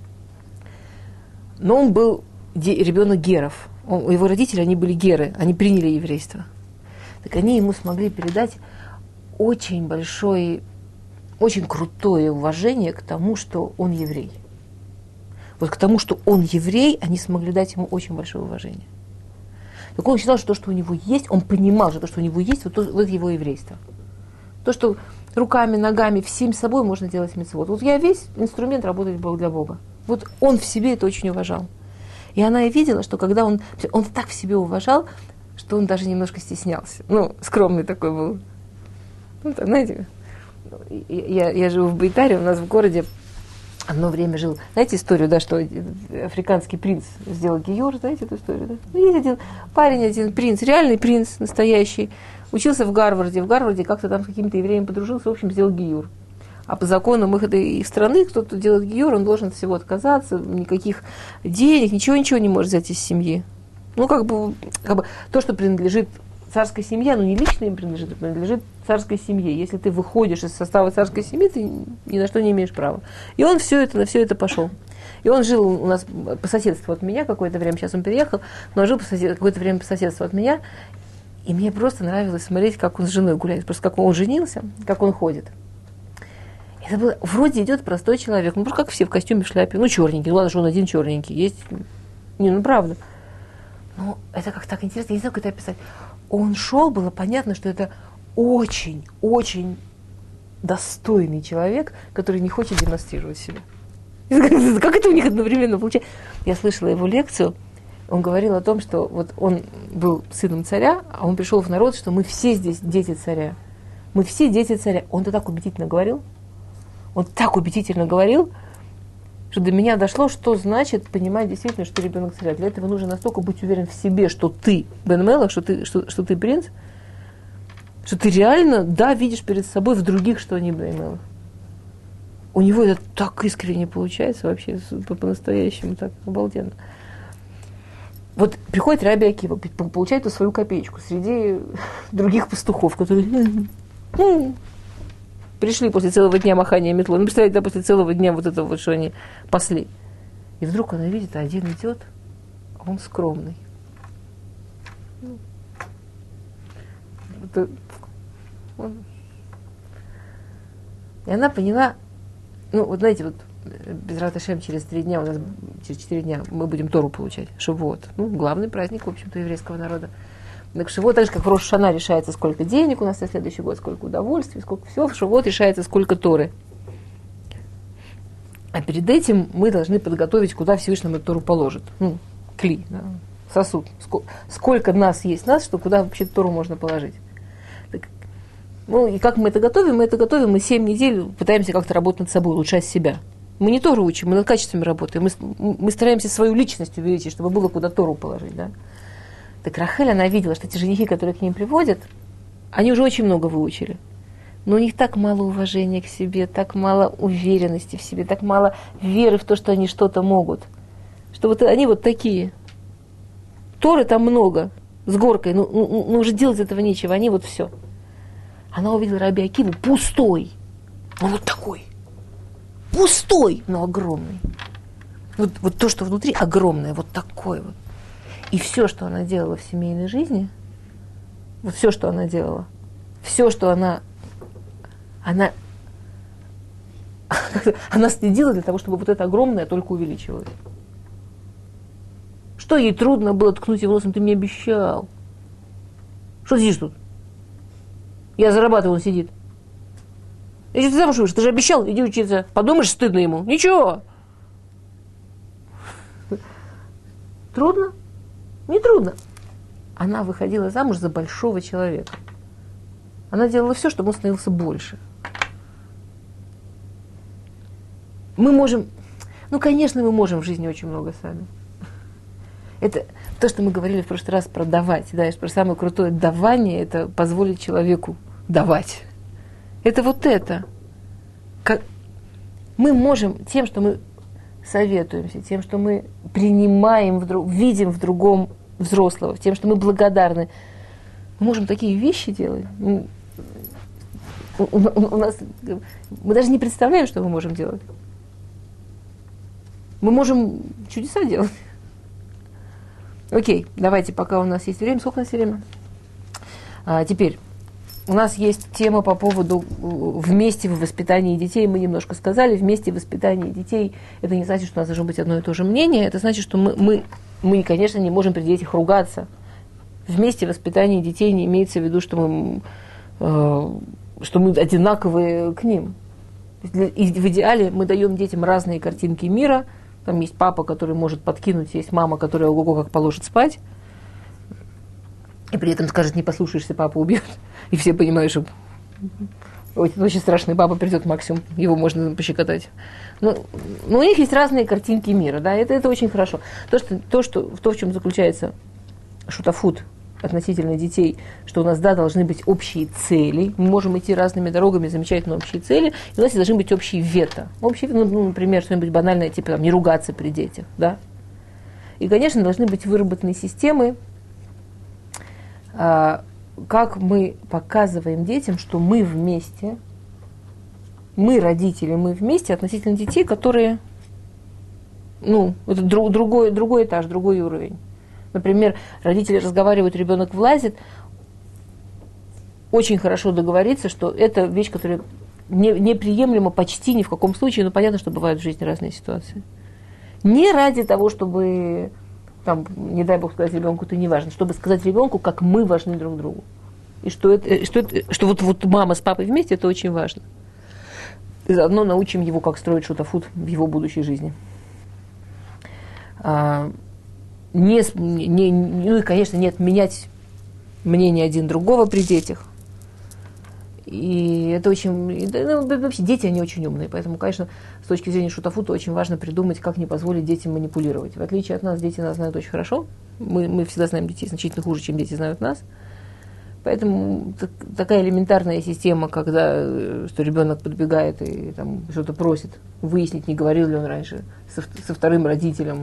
Но он был ребенок геров. Его родители, они были геры, они приняли еврейство. Так они ему смогли передать очень большое, очень крутое уважение к тому, что он еврей. Вот к тому, что он еврей, они смогли дать ему очень большое уважение. Так он считал, что то, что у него есть, он понимал, что то, что у него есть, вот это его еврейство. То, что руками, ногами, всем собой можно делать мицвот. Вот я весь инструмент работать для Бога. Вот он в себе это очень уважал. И она и видела, что когда он так в себе уважал, что он даже немножко стеснялся. Скромный такой был. Знаете, я живу в Бейтаре, у нас в городе одно время жил. Знаете историю, да, что африканский принц сделал гиюр, знаете эту историю, да? Есть один принц, реальный принц, настоящий, учился в Гарварде. В Гарварде как-то там с какими-то евреями подружился, в общем, сделал гиюр. А по законам их страны, кто-то делает гиюр, он должен от всего отказаться, никаких денег, ничего не может взять из семьи. То, что принадлежит царская семья, не лично им принадлежит, а принадлежит царской семье. Если ты выходишь из состава царской семьи, ты ни на что не имеешь права. И он на все это пошел. И он жил у нас по соседству от меня какое-то время, сейчас он переехал, но он жил какое-то время по соседству от меня, и мне просто нравилось смотреть, как он с женой гуляет, просто как он женился, как он ходит. Это было, вроде идет простой человек, просто как все в костюме, в шляпе, черненький, ладно, что он один черненький, есть, правда. Но это как так интересно, я не знаю, как это описать. Он шел, было понятно, что это очень, очень достойный человек, который не хочет демонстрировать себя. Как это у них одновременно получается? Я слышала его лекцию, он говорил о том, что вот он был сыном царя, а он пришел в народ, что мы все здесь дети царя. Мы все дети царя. Он-то так убедительно говорил, что до меня дошло, что значит понимать действительно, что ты ребенок царя. Для этого нужно настолько быть уверен в себе, что ты Бен Мелах, что ты принц, что ты реально, видишь перед собой в других, что они Бен Мелах. У него это так искренне получается вообще, по-настоящему, так обалденно. Вот приходит Раби Акива, получает эту свою копеечку среди других пастухов, которые пришли после целого дня махания метлой. Представляете, после целого дня вот этого вот, что они пасли. И вдруг она видит, один идет, а он скромный. И она поняла, знаете, Безрат Ашем через 3 дня, через 4 дня мы будем Тору получать, Шавуот. Главный праздник, в общем-то, еврейского народа. Так Шавуот, так же, как в Рош ха-Шана решается, сколько денег у нас на следующий год, сколько удовольствий, сколько всего, в Шавуот решается, сколько Торы. А перед этим мы должны подготовить, куда Всевышний эту Тору положит. Кли, сосуд. Сколько нас есть что куда вообще Тору можно положить. Так, и как мы это готовим? Мы 7 недель пытаемся как-то работать над собой, улучшать себя. Мы не Тору учим, мы над качествами работаем. Мы стараемся свою личность увеличить, чтобы было куда Тору положить. Да? Так Рахель, она видела, что те женихи, которые к ним приводят, они уже очень много выучили. Но у них так мало уважения к себе, так мало уверенности в себе, так мало веры в то, что они что-то могут. Что они такие. Торы там много, с горкой, но уже делать этого нечего, они все. Она увидела Раби Акиву пустой. Он такой. Пустой, но огромный. Вот то, что внутри, огромное, такое . И все, что она делала в семейной жизни, все, что она делала, все, что она следила для того, чтобы это огромное только увеличивалось. Что ей трудно было ткнуть его носом, ты мне обещал. Что ты сидишь тут? Я зарабатываю, он сидит. Если ты замуж вышел, ты же обещал, иди учиться. Подумаешь, стыдно ему. Ничего. Трудно? Не трудно. Она выходила замуж за большого человека. Она делала все, чтобы он становился больше. Мы можем, конечно, мы можем в жизни очень много сами. Это то, что мы говорили в прошлый раз про давать, про самое крутое давание, это позволить человеку давать. Это это. Мы можем тем, что мы советуемся, тем, что мы принимаем, видим в другом взрослого, тем, что мы благодарны, мы можем такие вещи делать. У нас, мы даже не представляем, что мы можем делать. Мы можем чудеса делать. Окей, давайте, пока у нас есть время. Сколько у нас время? Теперь, у нас есть тема по поводу вместе в воспитании детей. Мы немножко сказали, вместе в воспитании детей. Это не значит, что у нас должно быть одно и то же мнение. Это значит, что мы, конечно, не можем при детях ругаться. Вместе в воспитании детей не имеется в виду, что мы одинаковые к ним. И в идеале мы даем детям разные картинки мира. Там есть папа, который может подкинуть, есть мама, которая ого-го как положит спать. И при этом скажет, не послушаешься, папа убьет. И все понимают, что очень страшный папа придет максимум, его можно пощекотать. Но у них есть разные картинки мира, да, это очень хорошо. То, в чем заключается шутафут относительно детей, что у нас, должны быть общие цели. Мы можем идти разными дорогами, замечательно общие цели, и у нас должны быть общие вето. Например, что-нибудь банальное, типа не ругаться при детях, да. И, конечно, должны быть выработаны системы как мы показываем детям, что мы вместе, мы, родители, мы вместе относительно детей, которые, ну, это другой этаж, другой уровень. Например, родители разговаривают, ребенок влазит, очень хорошо договориться, что это вещь, которая неприемлема почти ни в каком случае, но понятно, что бывают в жизни разные ситуации. Не ради того, чтобы, там, не дай бог сказать ребенку, ты не важен, чтобы сказать ребенку, как мы важны друг другу. И что вот мама с папой вместе, это очень важно. И заодно научим его, как строить шутафут в его будущей жизни. Ну и, конечно, не отменять мнение один другого при детях. И это очень... Ну, вообще, дети, они очень умные. Поэтому, конечно, с точки зрения шутафута очень важно придумать, как не позволить детям манипулировать. В отличие от нас, дети нас знают очень хорошо. Мы всегда знаем детей значительно хуже, чем дети знают нас. Поэтому такая элементарная система, когда что ребенок подбегает и там, что-то просит, выяснить, не говорил ли он раньше со вторым родителем.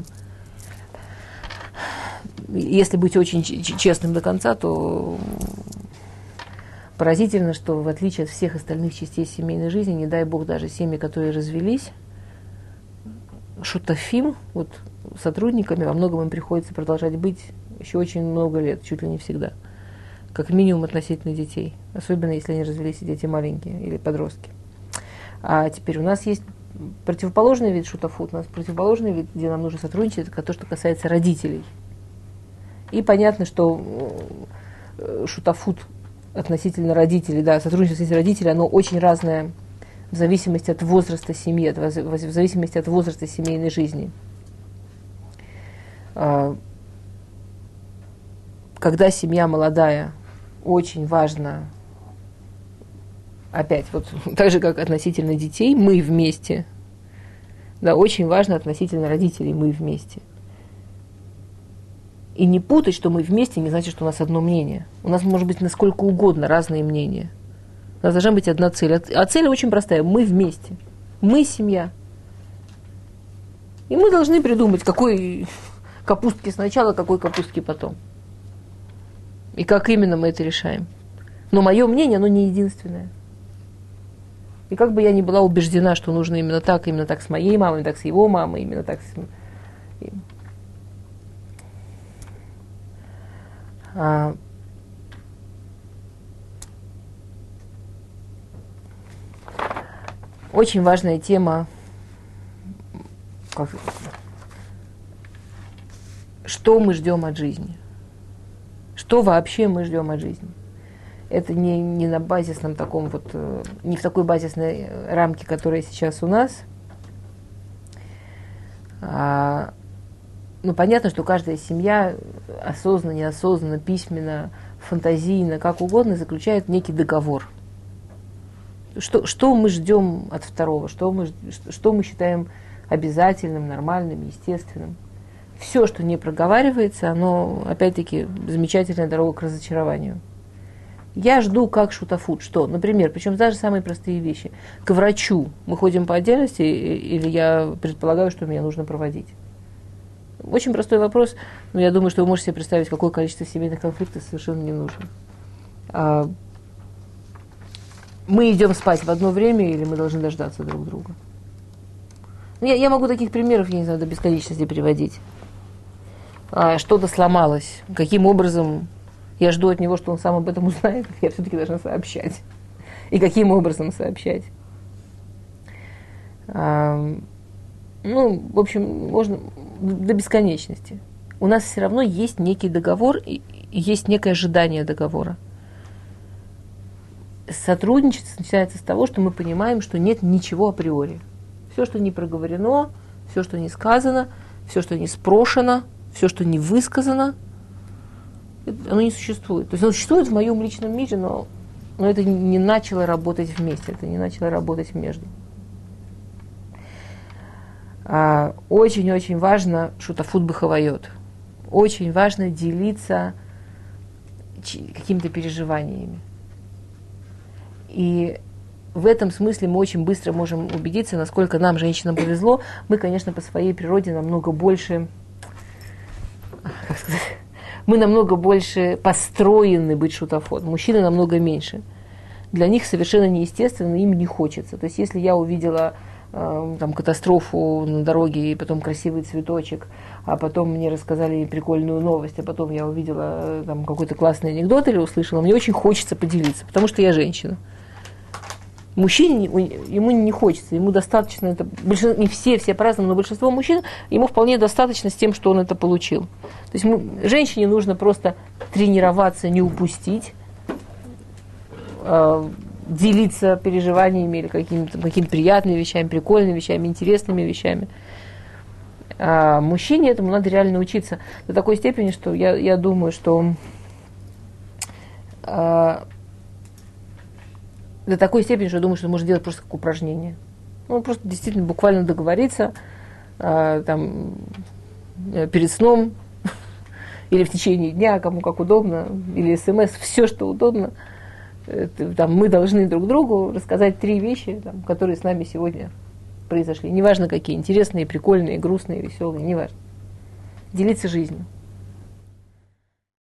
Если быть очень честным до конца, то поразительно, что в отличие от всех остальных частей семейной жизни, не дай бог даже семьи, которые развелись, шутафим, вот сотрудниками, во многом им приходится продолжать быть еще очень много лет, чуть ли не всегда. Как минимум относительно детей. Особенно, если они развелись, и дети маленькие или подростки. А теперь у нас есть противоположный вид шутафут. У нас противоположный вид, где нам нужно сотрудничать, это то, что касается родителей. И понятно, что шутафут относительно родителей, да, сотрудничество относительно родителей, оно очень разное в зависимости от возраста семьи, в зависимости от возраста семейной жизни. Когда семья молодая, очень важно, опять, вот так же, как относительно детей, мы вместе. Да, очень важно относительно родителей, мы вместе. И не путать, что мы вместе, не значит, что у нас одно мнение. У нас может быть насколько угодно разные мнения. У нас должна быть одна цель. А цель очень простая. Мы вместе. Мы семья. И мы должны придумать, какой капустки сначала, какой капустки потом. И как именно мы это решаем. Но мое мнение, оно не единственное. И как бы я ни была убеждена, что нужно именно так с моей мамой, так с его мамой, именно так с... Очень важная тема, что мы ждем от жизни. Что вообще мы ждем от жизни. Это не на базисном таком вот, не в такой базисной рамке, которая сейчас у нас. Ну, понятно, что каждая семья осознанно, неосознанно, письменно, фантазийно, как угодно, заключает некий договор. Что мы ждем от второго, что мы считаем обязательным, нормальным, естественным. Все, что не проговаривается, оно, опять-таки, замечательная дорога к разочарованию. Я жду как шутафут, что, например, причем даже самые простые вещи. К врачу мы ходим по отдельности, или я предполагаю, что меня нужно проводить. Очень простой вопрос, но я думаю, что вы можете себе представить, какое количество семейных конфликтов совершенно не нужно. Мы идем спать в одно время, или мы должны дождаться друг друга? Я могу таких примеров, я не знаю, до бесконечности приводить. Что-то сломалось. Каким образом я жду от него, что он сам об этом узнает, я все-таки должна сообщать. И каким образом сообщать? Ну, в общем, можно до бесконечности. У нас все равно есть некий договор и есть некое ожидание договора. Сотрудничество начинается с того, что мы понимаем, что нет ничего априори. Все, что не проговорено, все, что не сказано, все, что не спрошено, все, что не высказано, оно не существует. То есть оно существует в моем личном мире, но это не начало работать вместе, это не начало работать между. Очень-очень важно шутафут бехавайот. Очень важно делиться какими-то переживаниями. И в этом смысле мы очень быстро можем убедиться, насколько нам, женщинам, повезло. Мы, конечно, по своей природе намного больше, как сказать, Мы намного больше построены быть шутафот, мужчины намного меньше. Для них совершенно неестественно, им не хочется. То есть если я увидела там, катастрофу на дороге, и потом красивый цветочек, а потом мне рассказали прикольную новость, а потом я увидела там, какой-то классный анекдот или услышала, мне очень хочется поделиться, потому что я женщина. Мужчине ему не хочется, ему достаточно, это, не все по-разному, но большинство мужчин, ему вполне достаточно с тем, что он это получил. То есть женщине нужно просто тренироваться, не упустить, делиться переживаниями или какими-то приятными вещами, прикольными вещами, интересными вещами. А мужчине этому надо реально учиться до такой степени, что я думаю, что до такой степени, что я думаю, что может делать просто как упражнение. Ну, просто действительно буквально договориться там, перед сном или в течение дня, кому как удобно, или смс, все, что удобно. Там, мы должны друг другу рассказать 3 вещи, там, которые с нами сегодня произошли. Неважно какие, интересные, прикольные, грустные, веселые, неважно. Делиться жизнью.